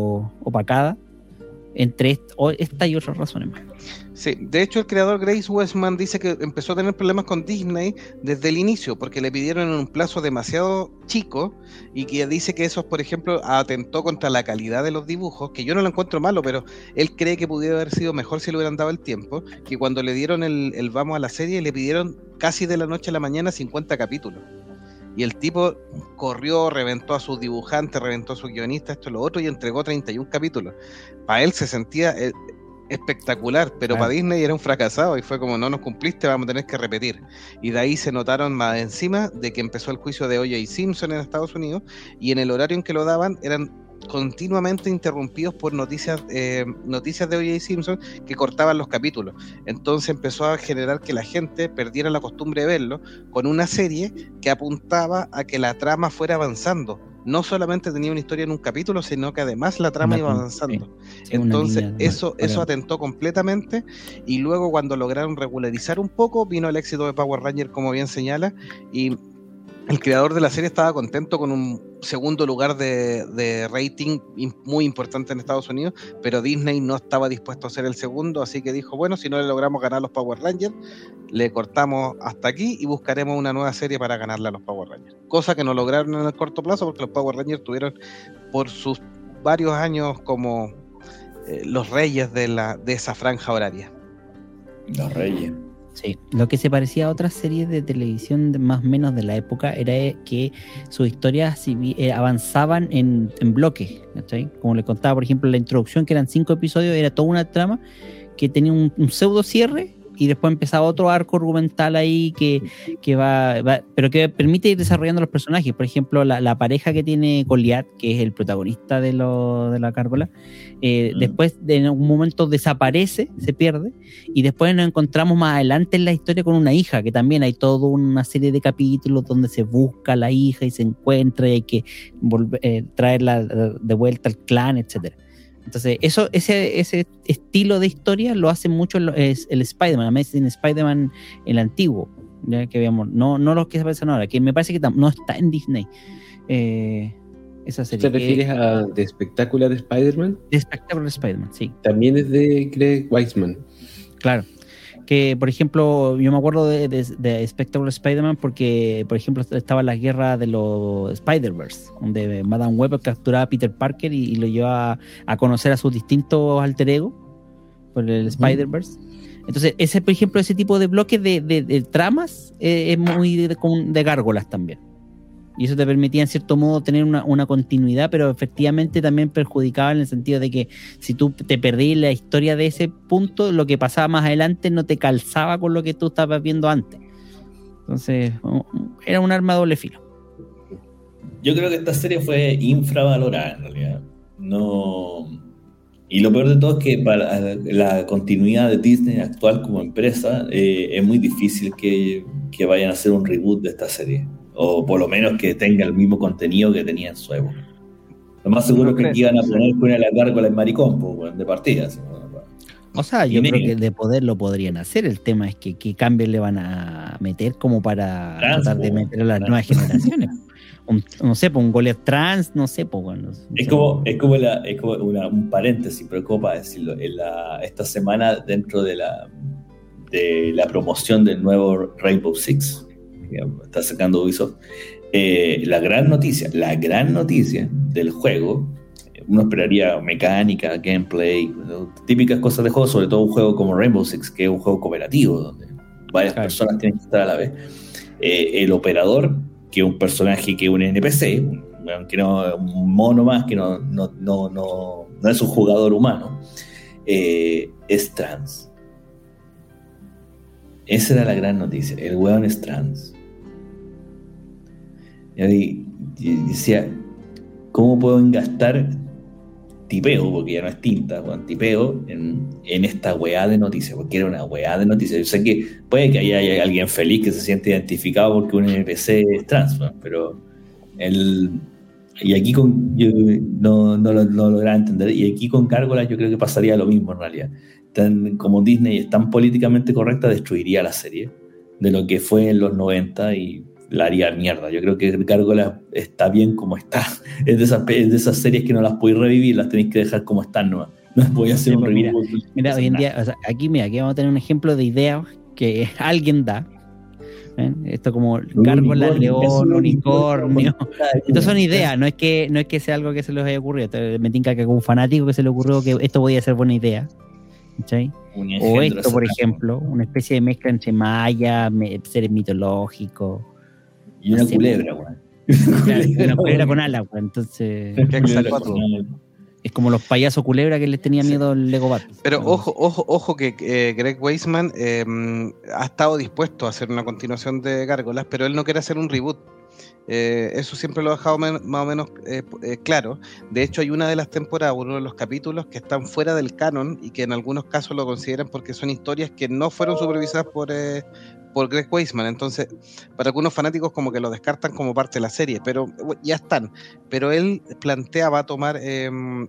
opacada entre esta, esta y otras razones más. Sí, de hecho el creador Grace Westman dice que empezó a tener problemas con Disney desde el inicio porque le pidieron en un plazo demasiado chico y que dice que eso, por ejemplo, atentó contra la calidad de los dibujos, que yo no lo encuentro malo, pero él cree que pudiera haber sido mejor si le hubieran dado el tiempo, que cuando le dieron el, el vamos a la serie le pidieron casi de la noche a la mañana cincuenta capítulos. Y el tipo corrió, reventó a sus dibujantes, reventó a sus guionistas, esto y lo otro, y entregó treinta y un capítulos. Para él se sentía eh, espectacular, pero Claro. para Disney era un fracasado y fue como, no nos cumpliste, vamos a tener que repetir. Y de ahí se notaron más encima de que empezó el juicio de O J Simpson en Estados Unidos, y en el horario en que lo daban eran continuamente interrumpidos por noticias eh, noticias de O J Simpson que cortaban los capítulos. Entonces empezó a generar que la gente perdiera la costumbre de verlo con una serie que apuntaba a que la trama fuera avanzando. No solamente tenía una historia en un capítulo, sino que además la trama Una iba con- avanzando. sí, Entonces una línea eso, de- eso atentó completamente, y luego cuando lograron regularizar un poco, vino el éxito de Power Ranger, como bien señala, y el creador de la serie estaba contento con un segundo lugar de, de rating in- muy importante en Estados Unidos, pero Disney no estaba dispuesto a ser el segundo, así que dijo, bueno, si no le logramos ganar a los Power Rangers, le cortamos hasta aquí y buscaremos una nueva serie para ganarle a los Power Rangers. Cosa que no lograron en el corto plazo porque los Power Rangers tuvieron por sus varios años como eh, los reyes de, la, de esa franja horaria. Los Reyes. Sí, lo que se parecía a otras series de televisión de más o menos de la época era que sus historias si vi- eh, avanzaban en, en bloques, ¿cachai? Como les contaba, por ejemplo, la introducción, que eran cinco episodios, era toda una trama que tenía un, un pseudo cierre y después empezaba otro arco argumental ahí que, que va, va, pero que permite ir desarrollando los personajes. Por ejemplo, la, la pareja que tiene Goliath, que es el protagonista de, lo, de la cárbola, eh, Mm. después de en algún momento desaparece, se pierde, y después nos encontramos más adelante en la historia con una hija, que también hay toda una serie de capítulos donde se busca a la hija y se encuentra y hay que volver, eh, traerla de vuelta al clan, etcétera. Entonces, eso, ese, ese estilo de historia lo hace mucho el, es el Spider-Man, Amazing Spider-Man, el antiguo, ya que veamos, no, no los que se aparecen ahora, que me parece que tam- no está en Disney. Eh, esa serie. ¿Te refieres a The Spectacular Spider-Man? De Spectacular Spider-Man, sí, También es de Greg Weisman. claro. Que, por ejemplo, yo me acuerdo de, de, de Spectacular Spider-Man porque, por ejemplo, estaba la guerra de los Spider-Verse, donde Madame Web capturaba a Peter Parker y, y lo llevaba a, a conocer a sus distintos alter ego por el Spider-Verse. Entonces, ese, por ejemplo, ese tipo de bloques de, de, de tramas eh, es muy de, de gárgolas también. Y eso te permitía, en cierto modo, tener una, una continuidad, pero efectivamente también perjudicaba en el sentido de que si tú te perdías la historia de ese punto, lo que pasaba más adelante no te calzaba con lo que tú estabas viendo antes. Entonces, era un arma de doble filo. Yo creo que esta serie fue infravalorada en realidad. No. Y lo peor de todo es que para la continuidad de Disney actual como empresa eh, es muy difícil que, que vayan a hacer un reboot de esta serie. O por lo menos que tenga el mismo contenido que tenía en su época. Lo más seguro ¿No es que crees? aquí iban a poner con la gárgola en maricón, pues, bueno, de partidas. O sea, yo Y creo ne- que de poder lo podrían hacer. El tema es que qué cambios le van a meter como para Trans, tratar de po, meter a las trans. nuevas generaciones. Un, no sé, pues un Goliath trans, no sé, pues bueno. Es como, es como, la, es como una- un paréntesis, pero como para decirlo. En la, esta semana, dentro de la, de la promoción del nuevo Rainbow Six, que está sacando Ubisoft, eh, la gran noticia, la gran noticia del juego, uno esperaría mecánica, gameplay, ¿no? Típicas cosas de juego, sobre todo un juego como Rainbow Six, que es un juego cooperativo, donde varias Claro. personas tienen que estar a la vez. Eh, el operador, que es un personaje que es un N P C, un, que no, un mono más, que no, no, no, no, no es un jugador humano, eh, es trans. Esa era la gran noticia, el weón es trans. Y ahí y decía, ¿cómo pueden gastar tipeo, porque ya no es tinta, weón, tipeo en, en esta weá de noticias, porque era una weá de noticias. Yo sé que puede que haya, haya alguien feliz que se siente identificado porque un N P C es trans, weón, pero el... Y aquí con, yo no, no, lo, no lo lograba entender, y aquí con Gárgolas yo creo que pasaría lo mismo en realidad. Tan, como Disney es tan políticamente correcta, destruiría la serie de lo que fue en los noventa y la haría mierda. Yo creo que Gárgolas está bien como está. Es de esas, es de esas series que no las podéis revivir, las tenéis que dejar como están, no, no voy a hacer Sí, un mira, reboot. mira, hoy en día, o sea, aquí mira, aquí vamos a tener un ejemplo de idea que alguien da. ¿eh? Esto como gárgola, león, unicornio. Estas son ideas, no es que no es que sea algo que se les haya ocurrido. Me tinca que como un fanático que se le ocurrió que esto podía ser buena idea. ¿Sí? O esto, por ejemplo, una especie de mezcla entre maya, me, seres mitológicos. Y una no sé, culebra, weón. Una culebra con alas, weón. Entonces, es como los payasos culebra que les tenía miedo el Lego Batman. Pero ojo, ojo, ojo que eh, Greg Weisman eh, ha estado dispuesto a hacer una continuación de Gárgolas, pero él no quiere hacer un reboot. Eh, eso siempre lo ha dejado men- más o menos eh, eh, claro. De hecho, hay una de las temporadas, uno de los capítulos que están fuera del canon y que en algunos casos lo consideran porque son historias que no fueron supervisadas por, eh, por Greg Weisman. Entonces, para algunos fanáticos como que lo descartan como parte de la serie, pero ya están. Pero él plantea, va a tomar eh,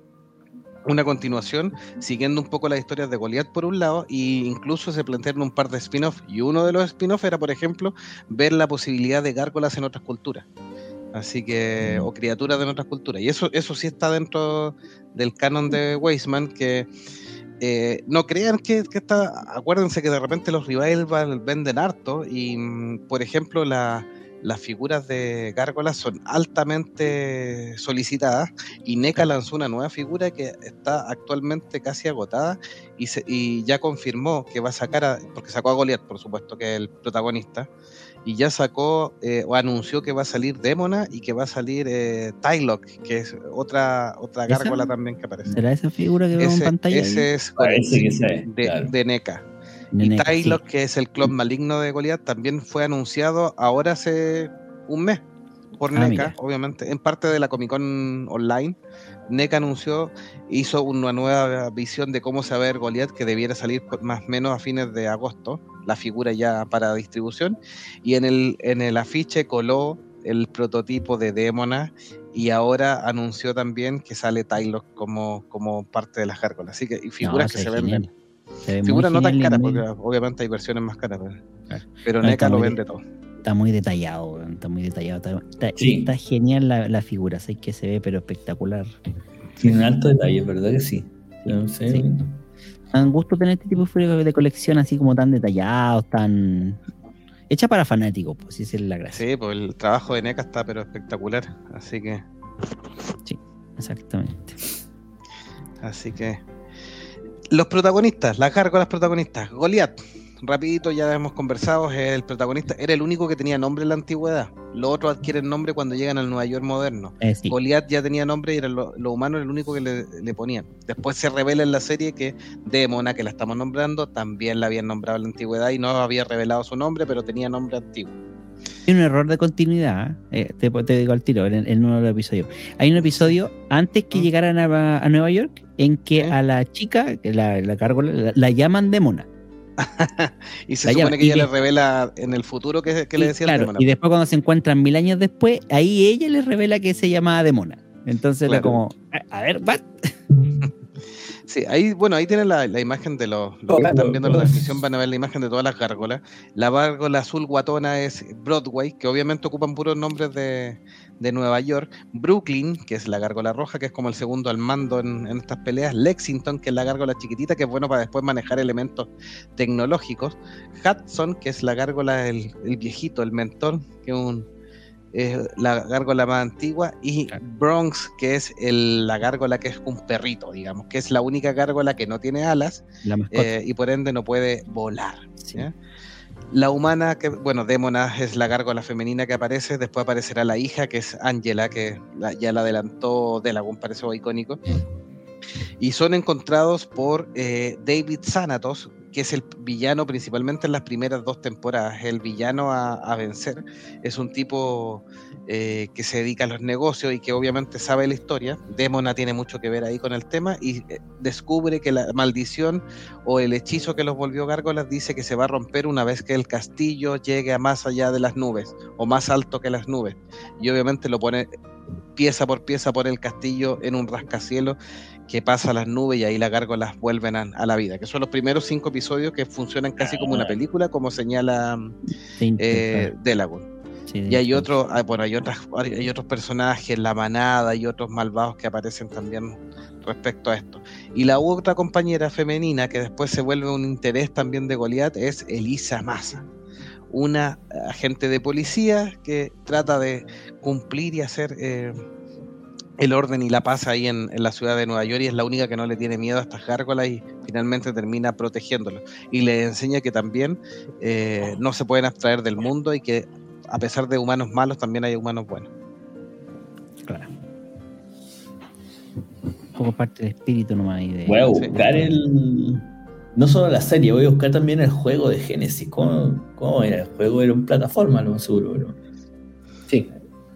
una continuación siguiendo un poco las historias de Goliath por un lado, e incluso se plantearon un par de spin-off, y uno de los spin-off era, por ejemplo, ver la posibilidad de gárgolas en otras culturas, así que, o criaturas de otras culturas, y eso, eso sí está dentro del canon de Weisman, que eh, no crean que, que está, acuérdense que de repente los revival venden harto, y por ejemplo la las figuras de gárgolas son altamente solicitadas, y NECA lanzó una nueva figura que está actualmente casi agotada y, se, y ya confirmó que va a sacar, a, porque sacó a Goliath, por supuesto, que es el protagonista, y ya sacó eh, o anunció que va a salir Demona y que va a salir eh, Tylock, que es otra, otra gárgola también que aparece. ¿Será esa figura que veo en pantalla? Ese ahí? Es Parece que sea, de, claro. de NECA. De Y NECA, Tylock, sí. que es el clon maligno de Goliath, también fue anunciado ahora hace un mes por Ah, NECA, mira. obviamente, en parte de la Comic Con Online. NECA anunció, hizo una nueva visión de cómo se va a ver Goliath, que debiera salir más o menos a fines de agosto, la figura ya para distribución, y en el, en el afiche coló el prototipo de Demona, y ahora anunció también que sale Tylock como, como parte de las gárgolas, así que y figuras No, que se se ve venden. genial. Se ve muy Figuras no tan genial y caras, muy- porque obviamente hay versiones más caras, pero, Claro. pero No, NECA está lo muy vende de- todo. Está muy detallado, weón, está muy detallado. Está, está- Sí. está genial la, la figura, sé que se ve, pero espectacular. Tiene un alto detalle, ¿verdad que sí? No sé. Sí. Me dan gusto tener este tipo de figuras de colección así como tan detallados, tan... Hecha para fanáticos, pues, esa es la gracia. Sí, pues el trabajo de NECA está pero espectacular, así que, Exactamente. así que los protagonistas, las gárgolas protagonistas, Goliath, rapidito ya hemos conversado, es el protagonista, era el único que tenía nombre en la antigüedad. Los otros adquieren nombre cuando llegan al Nueva York moderno. Eh, sí. Goliath ya tenía nombre y era lo, lo humano era el único que le, le ponían. Después se revela en la serie que Demona, que la estamos nombrando, también la habían nombrado en la antigüedad y no había revelado su nombre, pero tenía nombre antiguo. Hay un error de continuidad, eh, te, te digo al tiro, en, en uno de los episodios. Hay un episodio antes que ¿Mm? llegaran a, a Nueva York en que ¿Eh? a la chica, que la, la, gárgola, la, la llaman Demona. Y se La supone llama, que y ella de- le revela en el futuro que, que le Y, decía claro, el Demona. y después cuando se encuentran mil años después, ahí ella les revela que se llamaba Demona. Entonces era Claro. como, a, a ver, ¿what? Sí, ahí, bueno, ahí tienen la, la imagen de los, los que Claro. están viendo la transmisión, van a ver la imagen de todas las gárgolas. La gárgola azul guatona es Broadway, que obviamente ocupan puros nombres de, de Nueva York. Brooklyn, que es la gárgola roja, que es como el segundo al mando en, en estas peleas. Lexington, que es la gárgola chiquitita, que es bueno para después manejar elementos tecnológicos. Hudson, que es la gárgola, el, el viejito, el mentor, que es un... es la gárgola más antigua, y Bronx, que es el, la gárgola que es un perrito, digamos, que es la única gárgola que no tiene alas La mascota. eh, y por ende no puede volar. Sí. ¿Ya? La humana, que bueno, Demona es la gárgola femenina que aparece, después aparecerá la hija, que es Angela, que la- ya la adelantó Delagun, parece icónico, y son encontrados por eh, David Xanatos, que es el villano principalmente en las primeras dos temporadas, el villano a, a vencer. Es un tipo eh, que se dedica a los negocios y que obviamente sabe la historia. Démona tiene mucho que ver ahí con el tema y eh, descubre que la maldición o el hechizo que los volvió gárgolas dice que se va a romper una vez que el castillo llegue a más allá de las nubes o más alto que las nubes. Y obviamente lo pone pieza por pieza por el castillo en un rascacielos que pasa a las nubes y ahí las gárgolas vuelven a, a la vida, que son los primeros cinco episodios que funcionan casi como una película, como señala eh, Delagun. Sí, y hay otros, bueno, hay otras, hay otros personajes, la manada y otros malvados que aparecen también respecto a esto. Y la otra compañera femenina que después se vuelve un interés también de Goliath es Elisa Massa, una agente de policía que trata de cumplir y hacer eh, el orden y la paz ahí en, en la ciudad de Nueva York, y es la única que no le tiene miedo a estas gárgolas y finalmente termina protegiéndolo. Y le enseña que también eh, no se pueden abstraer del mundo y que a pesar de humanos malos también hay humanos buenos. Claro. Un poco parte del espíritu nomás. Y de... Voy a buscar sí. el... No solo la serie, voy a buscar también el juego de Genesis. ¿Cómo, cómo era? El juego era en plataforma, lo más seguro, bro. Sí.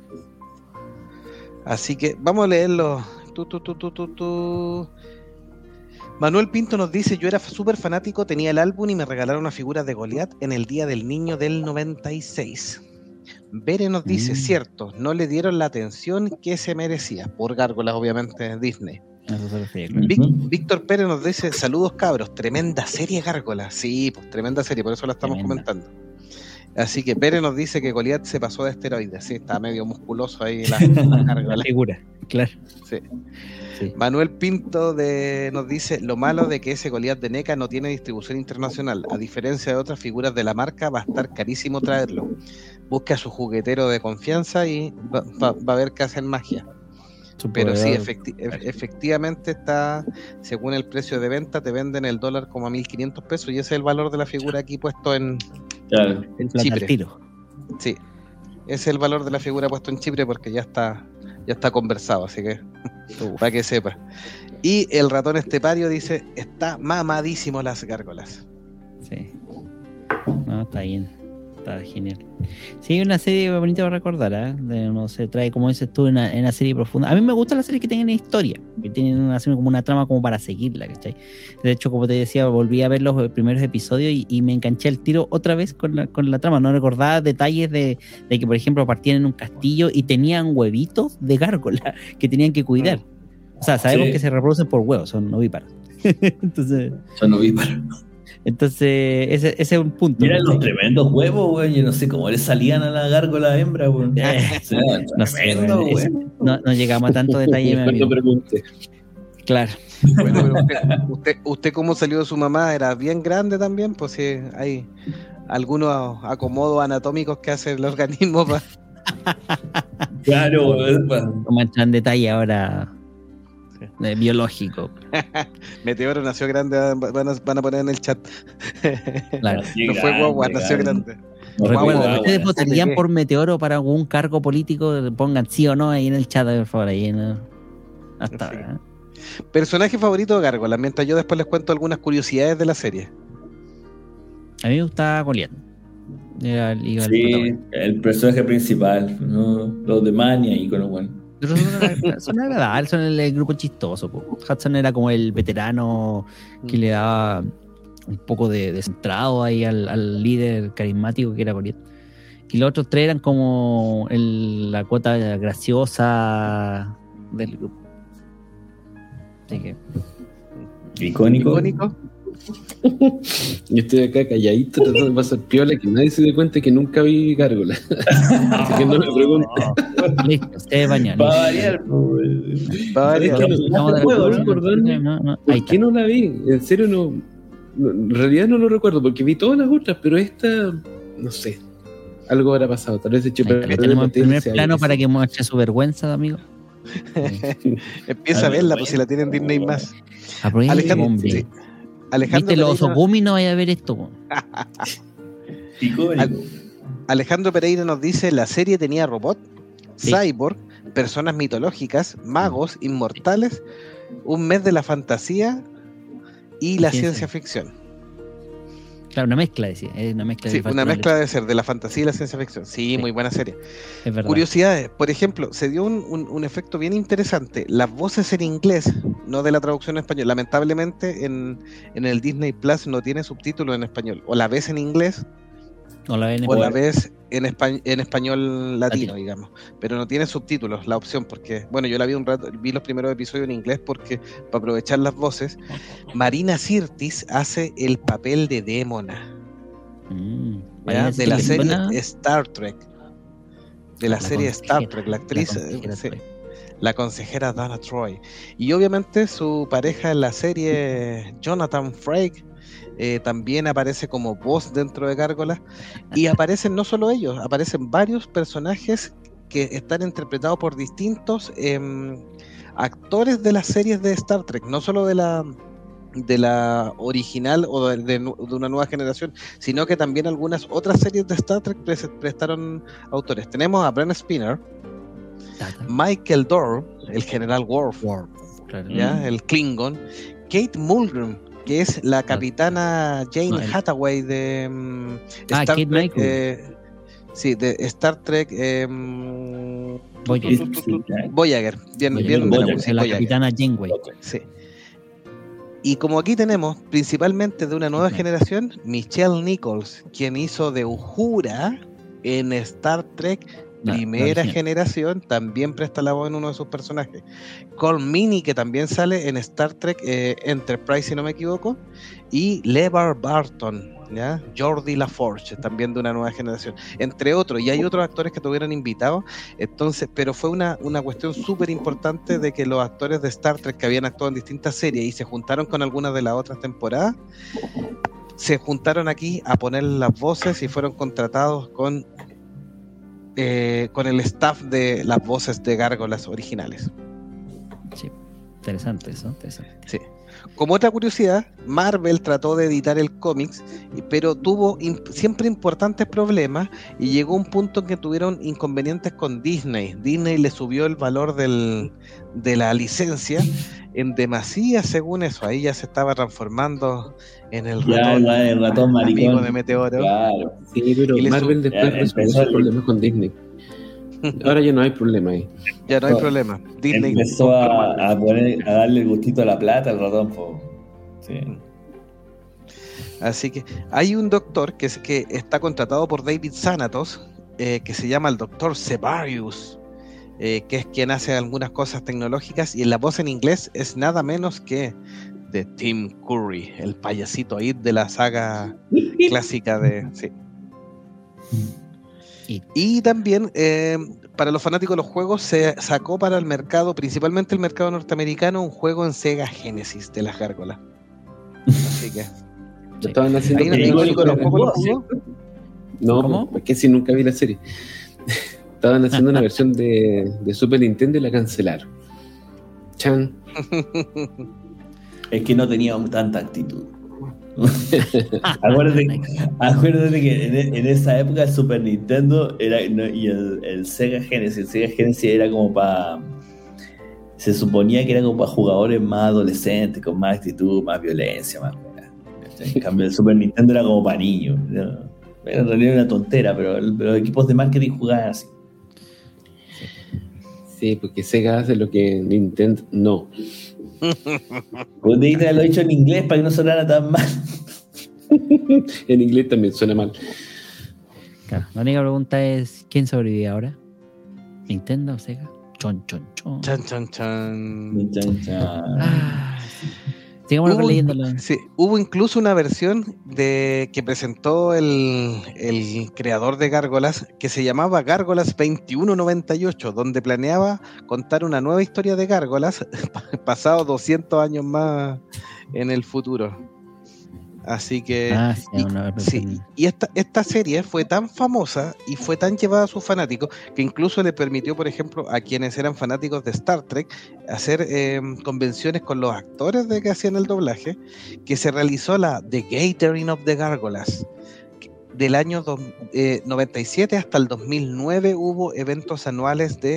Así que vamos a leerlo. Tú, tú, tú, tú, tú, tú. Manuel Pinto nos dice: yo era súper fanático, tenía el álbum y me regalaron una figura de Goliath en el Día del Niño del noventa y seis. Bere nos dice: mm. cierto, no le dieron la atención que se merecía, por gárgolas obviamente Disney. Vic, Víctor Pérez nos dice: saludos cabros, tremenda serie Gárgolas. Sí, pues tremenda serie, por eso la estamos tremenda. comentando. Así que Pérez nos dice que Goliath se pasó de esteroides. Sí, está medio musculoso ahí la, la, la figura, claro. Sí. Sí. Manuel Pinto de, nos dice: lo malo de que ese Goliath de NECA no tiene distribución internacional. A diferencia de otras figuras de la marca, va a estar carísimo traerlo. Busque a su juguetero de confianza y va, va, va a ver que hacen magia. Pero sí, efecti- efectivamente está, según el precio de venta, te venden el dólar como a mil quinientos pesos y ese es el valor de la figura aquí puesto en, claro. en Chipre. Sí, ese es el valor de la figura puesto en Chipre porque ya está, ya está conversado, así que para que sepa. Y el ratón estepario dice: está mamadísimo las gárgolas. Sí, no, está bien. Está genial. Sí, una serie bonita para recordar, ¿eh? De, no se trae, como dices tú, una, una serie profunda. A mí me gustan las series que tengan historia, que tienen una, como una trama como para seguirla, ¿cachai? De hecho, como te decía, volví a ver los primeros episodios y, y me enganché al tiro otra vez con la, con la trama. No recordaba detalles de, de que, por ejemplo, partían en un castillo y tenían huevitos de gárgola que tenían que cuidar. O sea, sabemos sí. que se reproducen por huevos, son ovíparos. Entonces, son ovíparos. Entonces, ese, ese es un punto. Miren los tremendos huevos, güey. Yo no sé cómo le salían a la gárgola hembra, güey. Eh, o sea, no tremendo, sé, es, no, no llegamos a tanto detalle. Cuando pregunte. Claro. Bueno, pero usted, usted, usted, ¿cómo salió de su mamá? ¿Era bien grande también? Pues sí, hay algunos acomodos anatómicos que hace el organismo para. Claro, como entrar en detalle ahora. Eh, biológico. Meteoro nació grande, van a, van a poner en el chat. Claro. No fue guagua, nació grande. No recuerdo, ¿ustedes votarían por Meteoro para algún cargo político? Pongan sí o no ahí en el chat, por favor. Ahí en, hasta sí. ahora, ¿eh? Personaje favorito de Gárgola, mientras yo después les cuento algunas curiosidades de la serie. A mí me gustaba Goliath. Era el, iba sí, el personaje principal, ¿no? Los demás ni ahí con los buenos. Pero son, son agradables, son el, el grupo chistoso. Po. Hudson era como el veterano que le daba un poco de, de centrado ahí al, al líder carismático que era Goliath. Y los otros tres eran como el, la cuota graciosa del grupo. Así que. Icónico. Icónico. Yo estoy acá calladito tratando de pasar piola, que nadie se dé cuenta que nunca vi Gárgola. Así que no me pregunte. Listo, se bañó. Va a variar. Va a variar. ¿Por qué no la vi? En serio, no, no. En realidad no lo recuerdo, porque vi todas las otras, pero esta, no sé. Algo habrá pasado. Tal vez he hecho. Tenemos el primer plano para que muestre su vergüenza, amigo. Empieza a verla, pues si la tienen Disney más. Alejandro. Sí. Alejandro ¿Viste los Osogumi? No vaya a ver esto. Al, Alejandro Pereira nos dice: la serie tenía robot, sí. cyborg, personas mitológicas, magos, inmortales, un mes de la fantasía y la ciencia, ciencia ficción. Claro, una mezcla, decía. Es una mezcla Sí, de una Falcon mezcla de ser de la fantasía y la ciencia ficción. Sí, Sí. muy buena serie. Es verdad. Curiosidades, por ejemplo, se dio un, un- un efecto bien interesante. Las voces en inglés, no de la traducción en español. Lamentablemente en, en el Disney Plus no tiene subtítulos en español. O la ves en inglés O la ven en o la Bueno. ves en, espa- en español latino, Latino. digamos. Pero no tiene subtítulos la opción porque, bueno, yo la vi un rato, vi los primeros episodios en inglés porque para aprovechar las voces, Marina Sirtis hace el papel de Démona. Mm. ¿Ya? Marina De la Sirtis, serie ¿suena? Star Trek. De la, La serie consejera, Star Trek, la actriz, la eh, consejera sí, Troy. la consejera Dana Troy. Y obviamente su pareja en la serie, Jonathan Frakes, eh, también aparece como voz dentro de Gárgolas. Y aparecen no solo ellos, aparecen varios personajes que están interpretados por distintos em, actores de las series de Star Trek, no solo de la de la original o de, de nu- de una nueva generación, sino que también algunas otras series de Star Trek pres- prestaron autores. Tenemos a Brent Spinner, Tata. Michael Dorr, el general Worf, Worf, claro. ¿ya? Mm. El Klingon, Kate Mulgrew, que es la capitana Jane No, el- Hathaway de mm, Ah, Star Kate Trek. Michael. eh, sí, de Star Trek eh, mm, Voyager. tu, tu, tu, tu, Voyager. Bien, Voyager. bien de la- Voyager. sí, la Voyager. capitana Janeway. Sí. Y como aquí tenemos, principalmente de una nueva Ujú. generación, Michelle Nichols, quien hizo de Uhura en Star Trek La- la Primera original. Generación, también presta la voz en uno de sus personajes. Cole Meany, que también sale en Star Trek eh, Enterprise, si no me equivoco, y LeVar Barton, ¿ya? Geordi LaForge, también de una nueva generación, entre otros, y hay otros actores que tuvieron invitados, entonces, pero fue una, una cuestión súper importante de que los actores de Star Trek que habían actuado en distintas series y se juntaron con algunas de las otras temporadas, se juntaron aquí a poner las voces y fueron contratados con eh, con el staff de las voces de Gárgolas originales. Sí, interesante eso, interesante. Sí. Como otra curiosidad, Marvel trató de editar el cómics, y- pero tuvo im- siempre importantes problemas y llegó un punto en que tuvieron inconvenientes con Disney. Disney le subió el valor del, de la licencia en demasía, según eso. Ahí ya se estaba transformando en el Ya, ratón, el, el ratón maricón. amigo de Meteoro. Claro. Sí, pero Y le Marvel sub- después ya resolvió empezó sus el- problemas con Disney. Ahora ya no hay problema ahí. Ya no hay No. problema. Disney Empezó compró a, Marvel. a poner, a darle el gustito a la plata al ratón. Po. Sí. Así que hay un doctor que, es, que está contratado por David Thanatos, eh, que se llama el doctor Sevarius, eh, que es quien hace algunas cosas tecnológicas, y la voz en inglés es nada menos que de Tim Curry, el payasito ahí de la saga clásica de... Sí. Y- Y también eh, para los fanáticos de los juegos se sacó para el mercado, principalmente el mercado norteamericano, un juego en Sega Genesis de las gárgolas. Así que... Lo estaban haciendo Ahí con no- la- icónico de los ¿Tampoco lo juegos, jugó? No, ¿Cómo? pues, es que si nunca vi la serie. Estaban haciendo una versión de, de Super Nintendo y la cancelaron. Chan. Es que no tenía tanta actitud. acuérdate, acuérdate que en, en esa época el Super Nintendo era, no, y el, el Sega Genesis, el Sega Genesis era como para... Se suponía que era como para jugadores más adolescentes, con más actitud, más violencia, más... En cambio el Super Nintendo era como para niños. ¿No? En realidad era una tontera, pero el- los equipos de marketing jugaban así. Sí, porque Sega hace lo que Nintendo no. Vos debiste haberlo hecho en inglés para que no sonara tan mal. En inglés también suena mal. Claro, la única pregunta es: ¿quién sobrevive ahora? ¿Nintendo o Sega? Chon, chon, chon. Chan, chan, chan. Chan, chan. Ah, sí. Sigamos Hubo, releyéndolo. sí, hubo incluso una versión de que presentó el, el creador de Gárgolas que se llamaba Gárgolas veintiuno noventa y ocho, donde planeaba contar una nueva historia de Gárgolas pasado doscientos años más en el futuro. Así que... Ah, sí, y, una sí, versión. y esta, esta serie fue tan famosa y fue tan llevada a sus fanáticos que incluso le permitió, por ejemplo, a quienes eran fanáticos de Star Trek hacer eh, convenciones con los actores de que hacían el doblaje, que se realizó la The Gathering of the Gárgolas. Del año dos- eh, noventa y siete hasta el dos mil nueve hubo eventos anuales de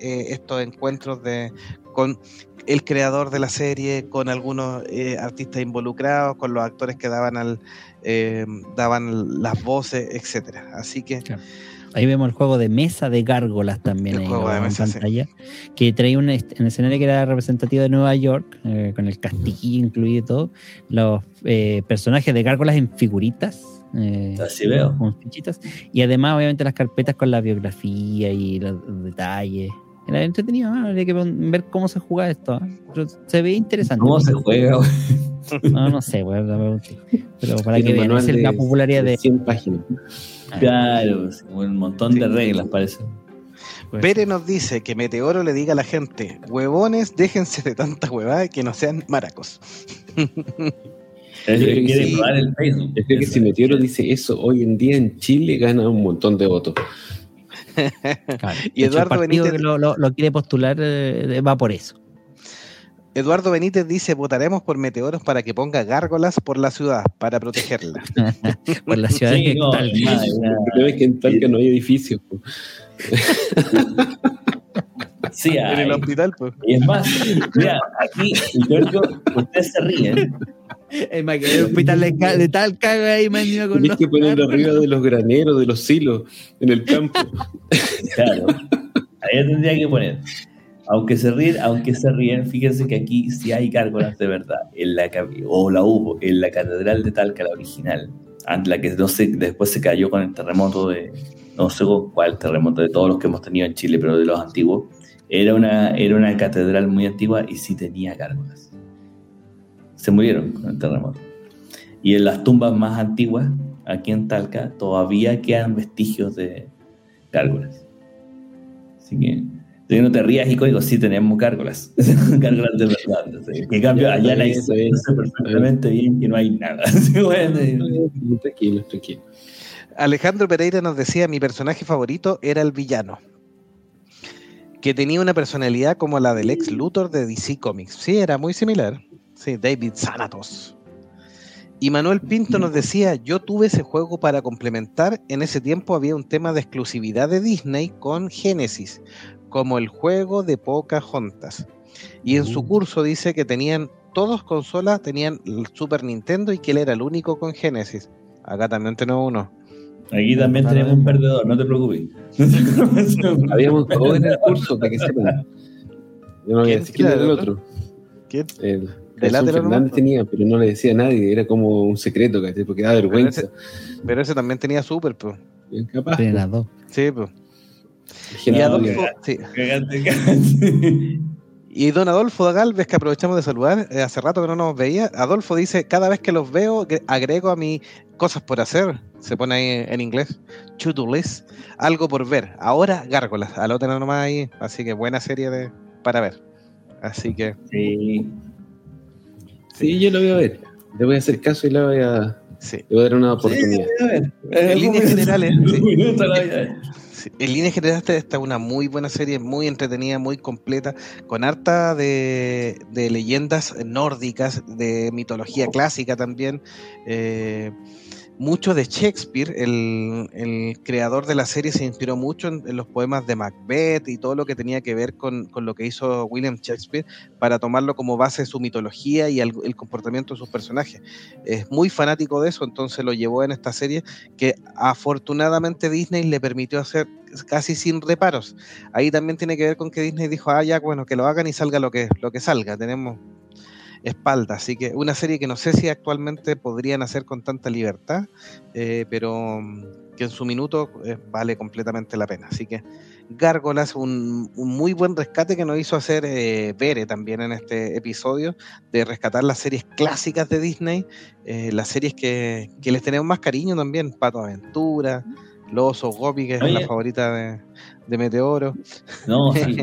eh, estos encuentros de con el creador de la serie, con algunos eh, artistas involucrados, con los actores que daban al eh, daban las voces, etcétera. Así que claro. Ahí vemos el juego de mesa de gárgolas también el ahí juego de en mesa, pantalla, sí. Que traía un, un escenario que era representativo de Nueva York, eh, con el castillo incluido y todo, los eh, personajes de gárgolas en figuritas, eh, así veo, con fichitas, y además obviamente las carpetas con la biografía y los, los detalles. Era entretenido, ¿no? Habría que ver cómo se juega esto, ¿eh? Pero se ve interesante. ¿Cómo se juega? No, no sé, güey, pero para que vean, es de, la popularidad de, de cien páginas. Claro, un montón de reglas parece. Pues. Bere nos dice que Meteoro le diga a la gente: huevones, déjense de tanta huevada y que no sean maracos. Es que quiere sí. probar el Facebook. Yo creo que si Meteoro dice eso hoy en día en Chile, gana un montón de votos. Claro. Y Eduardo el partido Benítez que lo, lo, lo quiere postular eh, va por eso. Eduardo Benítez dice: votaremos por Meteoros para que ponga gárgolas por la ciudad para protegerla. Por la ciudad Sí, de no, Talca. nada, El problema es que en Talca no hay edificios. Sí, en hay. el hospital, pues. Y es más, mira, aquí, yo, ustedes se ríen. El maquinero hospital de, de Talca ahí me han ido con Tienes que ponerlo arriba de los graneros, de los silos, en el campo. Claro, ahí tendría que poner. Aunque se ríen, aunque se ríen, fíjense que aquí sí hay gárgolas de verdad, en la, o la hubo, en la catedral de Talca, la original, la que no sé, después se cayó con el terremoto de, no sé cuál terremoto, de todos los que hemos tenido en Chile, pero de los antiguos, era una, era una catedral muy antigua y sí tenía gárgolas. Se murieron con el terremoto. Y en las tumbas más antiguas, aquí en Talca, todavía quedan vestigios de gárgolas. Así que no te rías, y código, sí tenemos gárgolas. Gárgolas de verdad. ¿Sí? En cambio, ya, allá la hizo perfectamente bien que no hay nada. Tranquilo, tranquilo. Alejandro Pereira nos decía: mi personaje favorito era el villano, que tenía una personalidad como la del ex Luthor de D C Comics. Sí, era muy similar. Sí, David Thanatos. Y Manuel Pinto nos decía: yo tuve ese juego para complementar. En ese tiempo había un tema de exclusividad de Disney con Genesis, como el juego de Pocahontas. Y en su curso dice que tenían, todos consolas tenían el Super Nintendo y que él era el único con Genesis. Acá también tenemos uno. Aquí también tenemos un perdedor, no te preocupes. Habíamos dos en el curso, para que sepan. Yo no voy a decir quién era el otro. ¿Quién? El Jesús Fernández tenía, pero no le decía a nadie, era como un secreto, ¿cachai? Porque da vergüenza. Pero ese, pero ese también tenía Super, pues. Capaz. Pues. Sí, pues. Y Adolfo, sí. Cagante, cagante. Y don Adolfo Galvez, que aprovechamos de saludar, eh, hace rato que no nos veía. Adolfo dice: cada vez que los veo, agrego a mi cosas por hacer, se pone ahí en inglés, to-do list, algo por ver. Ahora gárgolas, al otro nomás ahí, así que buena serie de, para ver. Así que sí. Sí, yo lo voy a ver. Le voy a hacer caso y le voy a, sí. le voy a dar una oportunidad. Sí, a ver. En líneas generales, sí. Sí, en líneas generales esta es una muy buena serie, muy entretenida, muy completa, con harta de, de leyendas nórdicas, de mitología clásica también, eh, mucho de Shakespeare. El, el creador de la serie se inspiró mucho en, en los poemas de Macbeth y todo lo que tenía que ver con, con lo que hizo William Shakespeare para tomarlo como base de su mitología y el, el comportamiento de sus personajes. Es muy fanático de eso, entonces lo llevó en esta serie que afortunadamente Disney le permitió hacer casi sin reparos. Ahí también tiene que ver con que Disney dijo: ah, ya, bueno, que lo hagan y salga lo que, lo que salga, tenemos espalda. Así que una serie que no sé si actualmente podrían hacer con tanta libertad, eh, pero que en su minuto eh, vale completamente la pena. Así que Gárgolas, un, un muy buen rescate que nos hizo hacer eh, Bere también en este episodio, de rescatar las series clásicas de Disney, eh, las series que, que les tenemos más cariño también: Pato Aventura, Los Osos Gopi, que es Oye. la favorita de, de Meteoro. No, sí.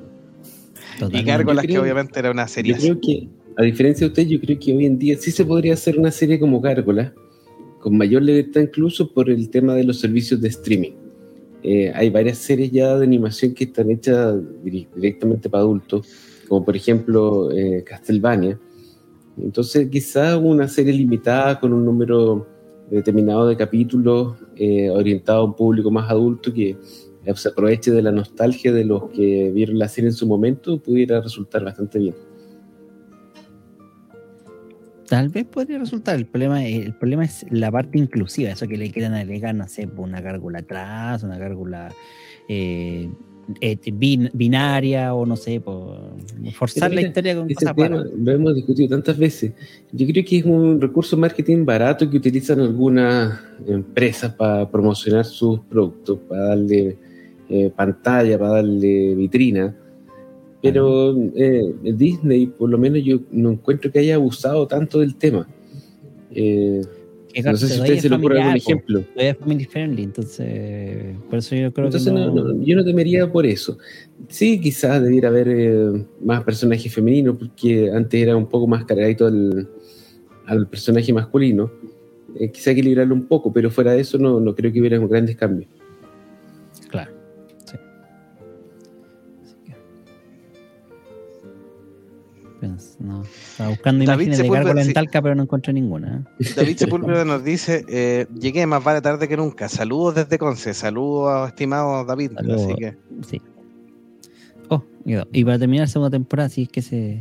Y Gárgolas, Yo creo- que obviamente era una serie. Yo creo que, a diferencia de usted, yo creo que hoy en día sí se podría hacer una serie como Gárgola, con mayor libertad incluso por el tema de los servicios de streaming. Eh, hay varias series ya de animación que están hechas dir- directamente para adultos, como por ejemplo eh, Castlevania. Entonces quizás una serie limitada con un número determinado de capítulos, eh, orientado a un público más adulto, que se aproveche de la nostalgia de los que vieron la serie en su momento, pudiera resultar bastante bien. Tal vez podría resultar. El problema, el problema es la parte inclusiva, eso que le quieran agregar, no sé, una gárgula atrás, una gárgula eh, eh, bin, binaria, o no sé, por forzar la historia con cosas tema lo hemos discutido tantas veces. Yo creo que es un recurso marketing barato que utilizan algunas empresas para promocionar sus productos, para darle eh, pantalla, para darle vitrina. Pero eh, Disney, por lo menos yo no encuentro que haya abusado tanto del tema. Eh, no sé si a ustedes se le ocurre algún ejemplo. Es family friendly, entonces por eso yo creo entonces que no... No, no, yo no temería por eso. Sí, quizás debiera haber eh, más personajes femeninos, porque antes era un poco más cargadito al, al personaje masculino. Eh, quizá equilibrarlo un poco, pero fuera de eso no, no creo que hubiera grandes cambios. Claro. No, estaba buscando David imágenes de Sepúlveda, gárgola en sí. Talca, pero no encontré ninguna. ¿eh? David Sepúlveda nos dice, eh, llegué más vale tarde que nunca. Saludos desde Conce, saludos estimado David. Saludos. Así que... Sí. Oh, quedó. Y para terminar la segunda temporada, sí es que se...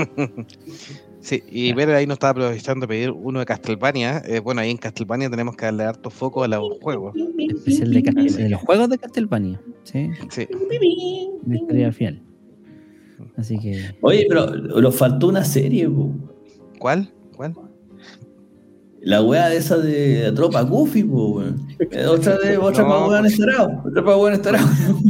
Sí, y ver ahí nos estaba aprovechando pedir uno de Castlevania. Eh, bueno, ahí en Castlevania tenemos que darle harto foco a los juegos. Especial de, Castel... de los juegos de Castlevania. Sí. Sí. La historia al final. Así que... Oye, pero nos faltó una serie, po. ¿Cuál? ¿Cuál? La wea de esa de la tropa Goofy, po, weón. Eh, Otra de otra No, pa' weón pues. estarado. Otra pa' weón estarado.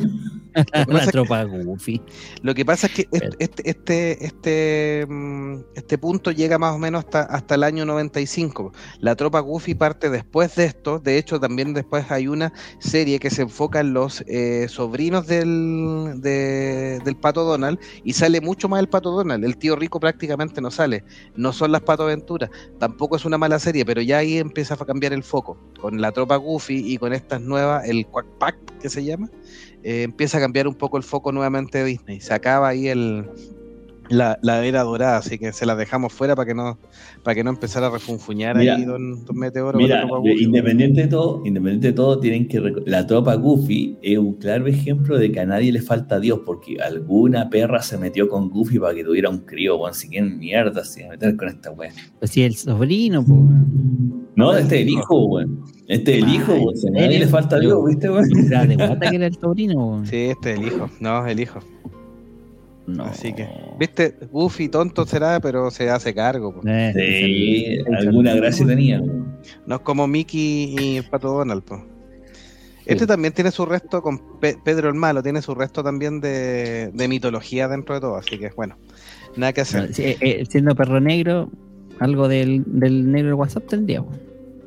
la tropa Goofy. Lo que pasa es que este, este, este, este, mm, este punto llega más o menos hasta, hasta el año noventa y cinco. La tropa Goofy parte después de esto. De hecho, también después hay una serie que se enfoca en los eh, sobrinos del, de, del Pato Donald, y sale mucho más el Pato Donald. El tío rico prácticamente no sale. No son las Pato Aventuras. Tampoco es una mala serie, pero ya ahí empieza a cambiar el foco. Con la tropa Goofy y con estas nuevas, el Quack Pack, que se llama. Eh, empieza a cambiar un poco el foco nuevamente de Disney. Se acaba ahí el la, la era dorada, así que se la dejamos fuera para que no para que no empezara a refunfuñar Mira, ahí don, don Meteoro. Mira, con la tropa Goofy. independiente de todo, independiente de todo, tienen que rec- la tropa Goofy es un claro ejemplo de que a nadie le falta a Dios, porque alguna perra se metió con Goofy para que tuviera un crío, weón. Si quieren mierda se iba a meter con esta weón. Pues sí, el sobrino, po. No, este es el hijo, weón. Este es el hijo, weón. Si a nadie le falta a Dios, ¿viste, weón? Era de guata que era el sobrino, po. Sí, este es el hijo. No, el hijo. No. Así que, viste, Goofy tonto será, pero se hace cargo. Po. Eh, Sí, es el- alguna gracia tenía, weón. No es como Mickey y el Pato Donald, po. Este también tiene su resto con Pe- Pedro el Malo, tiene su resto también de, de mitología dentro de todo, así que bueno, nada que hacer. Sí, eh, eh, siendo perro negro, algo del, del negro del WhatsApp tendría, po.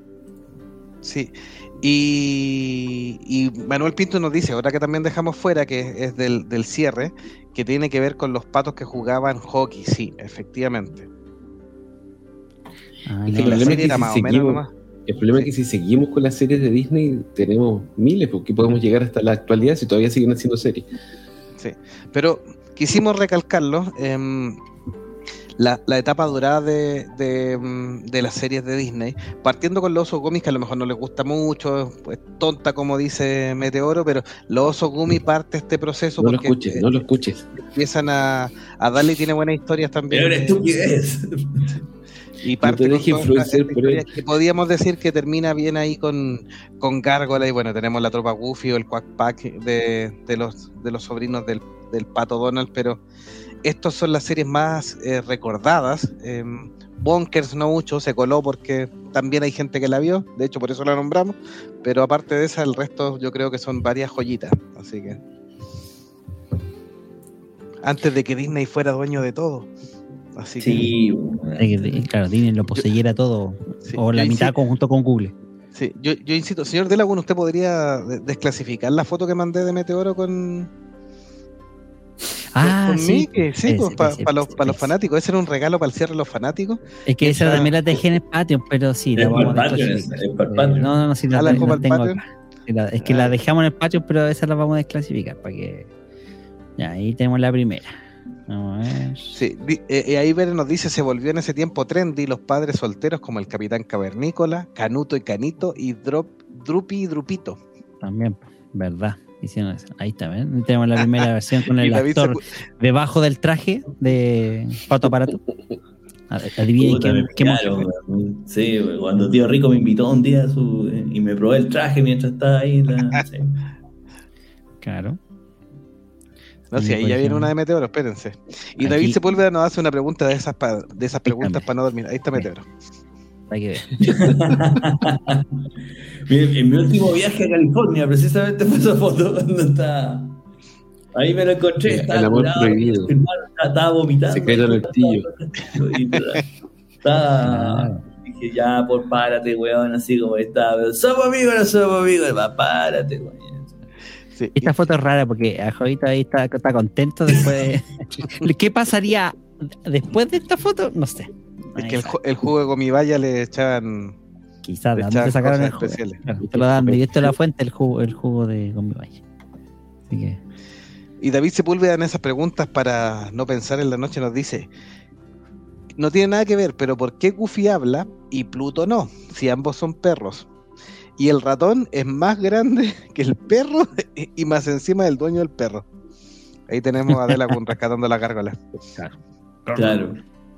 Sí, y, y Manuel Pinto nos dice, ahora que también dejamos fuera, que es del, del cierre, que tiene que ver con los patos que jugaban hockey, sí, efectivamente. Ah, Y no, que la problema es serie que era si más o menos seguimos- nomás. El problema es que si seguimos con las series de Disney, tenemos miles, porque podemos llegar hasta la actualidad si todavía siguen haciendo series. Sí, pero quisimos recalcarlo, em, la, la etapa dorada de, de, mm, de las series de Disney, partiendo con los osos Gummy, que a lo mejor no les gusta mucho, pues tonta como dice Meteoro, pero los osos Gummy parte este proceso No lo porque escuches, eh, no lo escuches. empiezan a, a darle y tiene buenas historias también. Pero una estupidez. Y parte te con dejes toda influenciar esta por historia él. que podíamos decir que termina bien ahí con, con Gárgola, y bueno, tenemos la tropa Goofy o el Quack Pack de, de, los, de los sobrinos del, del Pato Donald, pero estas son las series más eh, recordadas. Eh, Bonkers no mucho, se coló porque también hay gente que la vio, de hecho por eso la nombramos, pero aparte de esa, el resto yo creo que son varias joyitas, así que antes de que Disney fuera dueño de todo. Así Sí, Eh, que, claro, Disney lo poseyera todo, que, sí, o la yo mitad insisto- conjunto con Google. Sí, yo, yo insisto, señor De Laguna, ¿usted podría de- desclasificar la foto que mandé de Meteoro con, Ah, con sí. Mickey? Sí, Ese, pues, para ese, los, ese, pa los ese. fanáticos. Ese era un regalo para el cierre de los fanáticos. Es que esa Esa- también la dejé en el Patreon, pero sí, la Es vamos para a el Patreon, desclasificar. es para el Eh, Patreon. No, no, no, sí, la, Ah, la la dejó para el tengo Patreon. acá. Sí, la- es que Ah. la dejamos en el Patreon, pero esa la vamos a desclasificar para que. Ya, ahí tenemos la primera. Vamos a ver. Sí, di- eh, eh, ahí Bere nos dice, se volvió en ese tiempo trendy los padres solteros como el Capitán Cavernícola, Canuto y Canito y Drop, Drupi y Drupito. También, verdad, Hicieron eso. Ahí está, ¿ven? Tenemos la primera versión con Y el David actor se- debajo del traje de Pato Aparato. A ver, adivinen Puta, qué, me qué pillaron, weón. Sí, weón, cuando Tío Rico me invitó un día a su, y me probé el traje mientras estaba ahí. La, sí. Claro. No, sí, ahí ya viene una de Meteoro, espérense. Y David Aquí- Sepúlveda nos hace una pregunta de esas, pa- de esas preguntas Espérame. para no dormir. Ahí está Meteoro. Hay que ver. Mi- en mi último viaje a California, precisamente fue esa foto cuando estaba. Ahí me lo encontré, El estaba amor curado, prohibido. mi hermano estaba vomitando. Secreto del pillo. Y estaba. Dije, ya, por párate, weón, así como estaba. Pero somos amigos, no somos amigos. Y va, párate, weón. Sí. Esta foto es rara porque a Jovito ahí está, está contento después de... ¿Qué pasaría después de esta foto? No sé. Es que el, ju- el jugo de gomibaya le echaban. Quizás, le ¿de dónde echaban sacaron el cosas jugo? especiales. Claro, te lo dan directo de la fuente el jugo, el jugo de Gomibaya. Así que... Y David Sepúlveda en esas preguntas para no pensar en la noche nos dice, no tiene nada que ver, pero ¿por qué Goofy habla y Pluto no? Si ambos son perros. Y el ratón es más grande que el perro y más encima del dueño del perro. Ahí tenemos a Adela con rescatando la gárgola. Claro.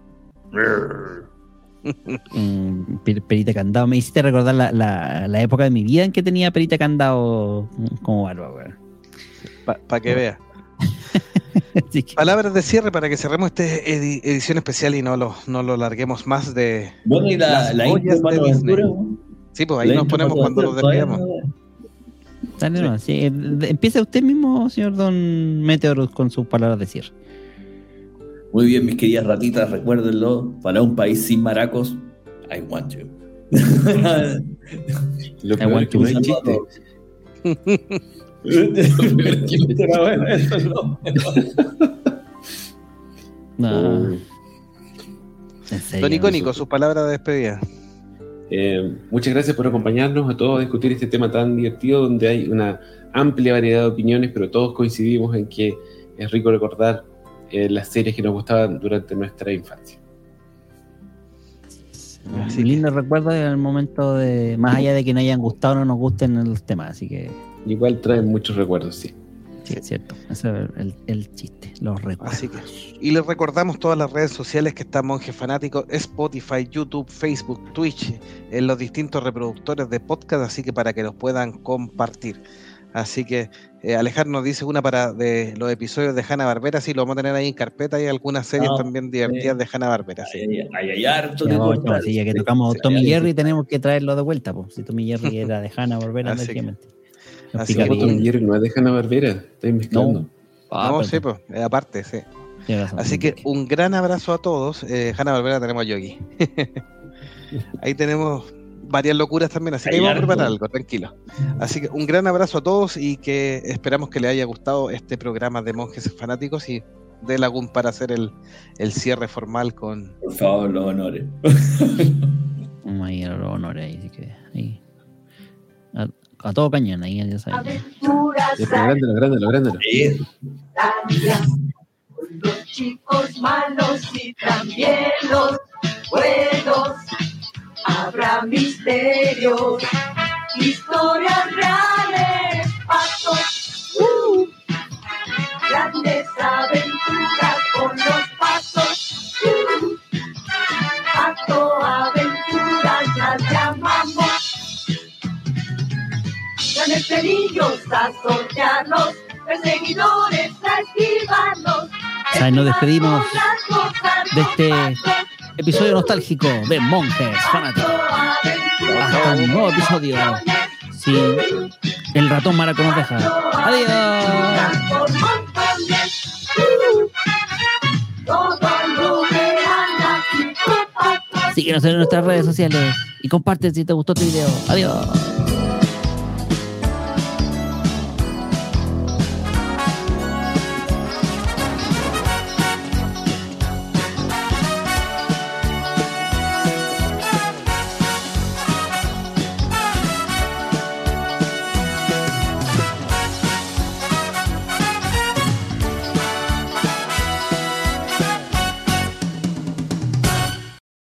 Mm, per- Perita Candado. Me hiciste recordar la, la, la época de mi vida en que tenía Perita Candado como barba, weón. Para pa que vea. Así que- Palabras de cierre para que cerremos esta edi- edición especial y no lo, no lo larguemos más de... Bueno, y la, Las la joyas intro de para Disney. Aventura, weón. Sí, pues ahí La nos intro ponemos para cuando nos Aventura, despidamos. todavía no, Dale, no, sí, eh, de- empieza usted mismo, señor Don Meteor, con sus palabras de cierre. Muy bien, mis queridas ratitas, recuérdenlo. Para un país sin maracos, I want you. Lo peor es que no hay chiste. Era bueno, eso no. No, Oh. en serio. Don Icónico, sus palabras de despedida. Eh, muchas gracias por acompañarnos a todos a discutir este tema tan divertido donde hay una amplia variedad de opiniones, pero todos coincidimos en que es rico recordar eh, las series que nos gustaban durante nuestra infancia. Un lindo recuerdo del momento de, más allá de que no hayan gustado o no nos gusten los temas, así que Igual traen muchos recuerdos, sí. sí, es cierto. Ese es el, el chiste, los recuerdos. Así que, y les recordamos todas las redes sociales que están Monjes Fanáticos, Spotify, YouTube, Facebook, Twitch, en los distintos reproductores de podcast, así que para que los puedan compartir. Así que eh, Alejandro nos dice una para de los episodios de Hanna-Barbera, sí, lo vamos a tener ahí en carpeta y algunas series Ah, también divertidas de Hanna-Barbera. Sí. Hay, hay, hay harto Ya, de vamos, cortar. sí, ya que tocamos Sí, Tommy sí, Jerry, sí. tenemos que traerlo de vuelta, po. Si Tommy Jerry era de Hanna-Barbera, Así que- energéticamente. Los así que- La foto Picapiedra. de Jerry no es de Hanna-Barbera, estoy mezclando. No. Ah, no, perdón. sí, pues, eh, aparte, sí. Tienes razón. Así que un gran abrazo a todos. Eh, Hanna-Barbera tenemos a Yogi. Ahí tenemos varias locuras también, así que Hay ahí vamos a harto. preparar algo, tranquilo. Así que un gran abrazo a todos y que esperamos que les haya gustado este programa de Monjes Fanáticos y de Lagún para hacer el, el cierre formal con... Por favor, los honores. Vamos a ir a los honores ahí, así que ahí. A, a todo cañón, ahí ya saben. Aventuras Ya, pero agrándalo, agrándalo, agrándalo. Sí. sanitarias, con los chicos malos y también los buenos. Habrá misterios, historias reales, pasos, uh, grandes aventuras con los pasos, uh, pato aventuras las llamamos. Grandes peligros a sortearlos, perseguidores a esquivarlos. O sea, nos despedimos de este episodio nostálgico de Monjes Fanáticos. Hasta un nuevo episodio. Si el ratón maraco nos deja. Adiós. Síguenos en nuestras redes sociales y comparte si te gustó este video. Adiós.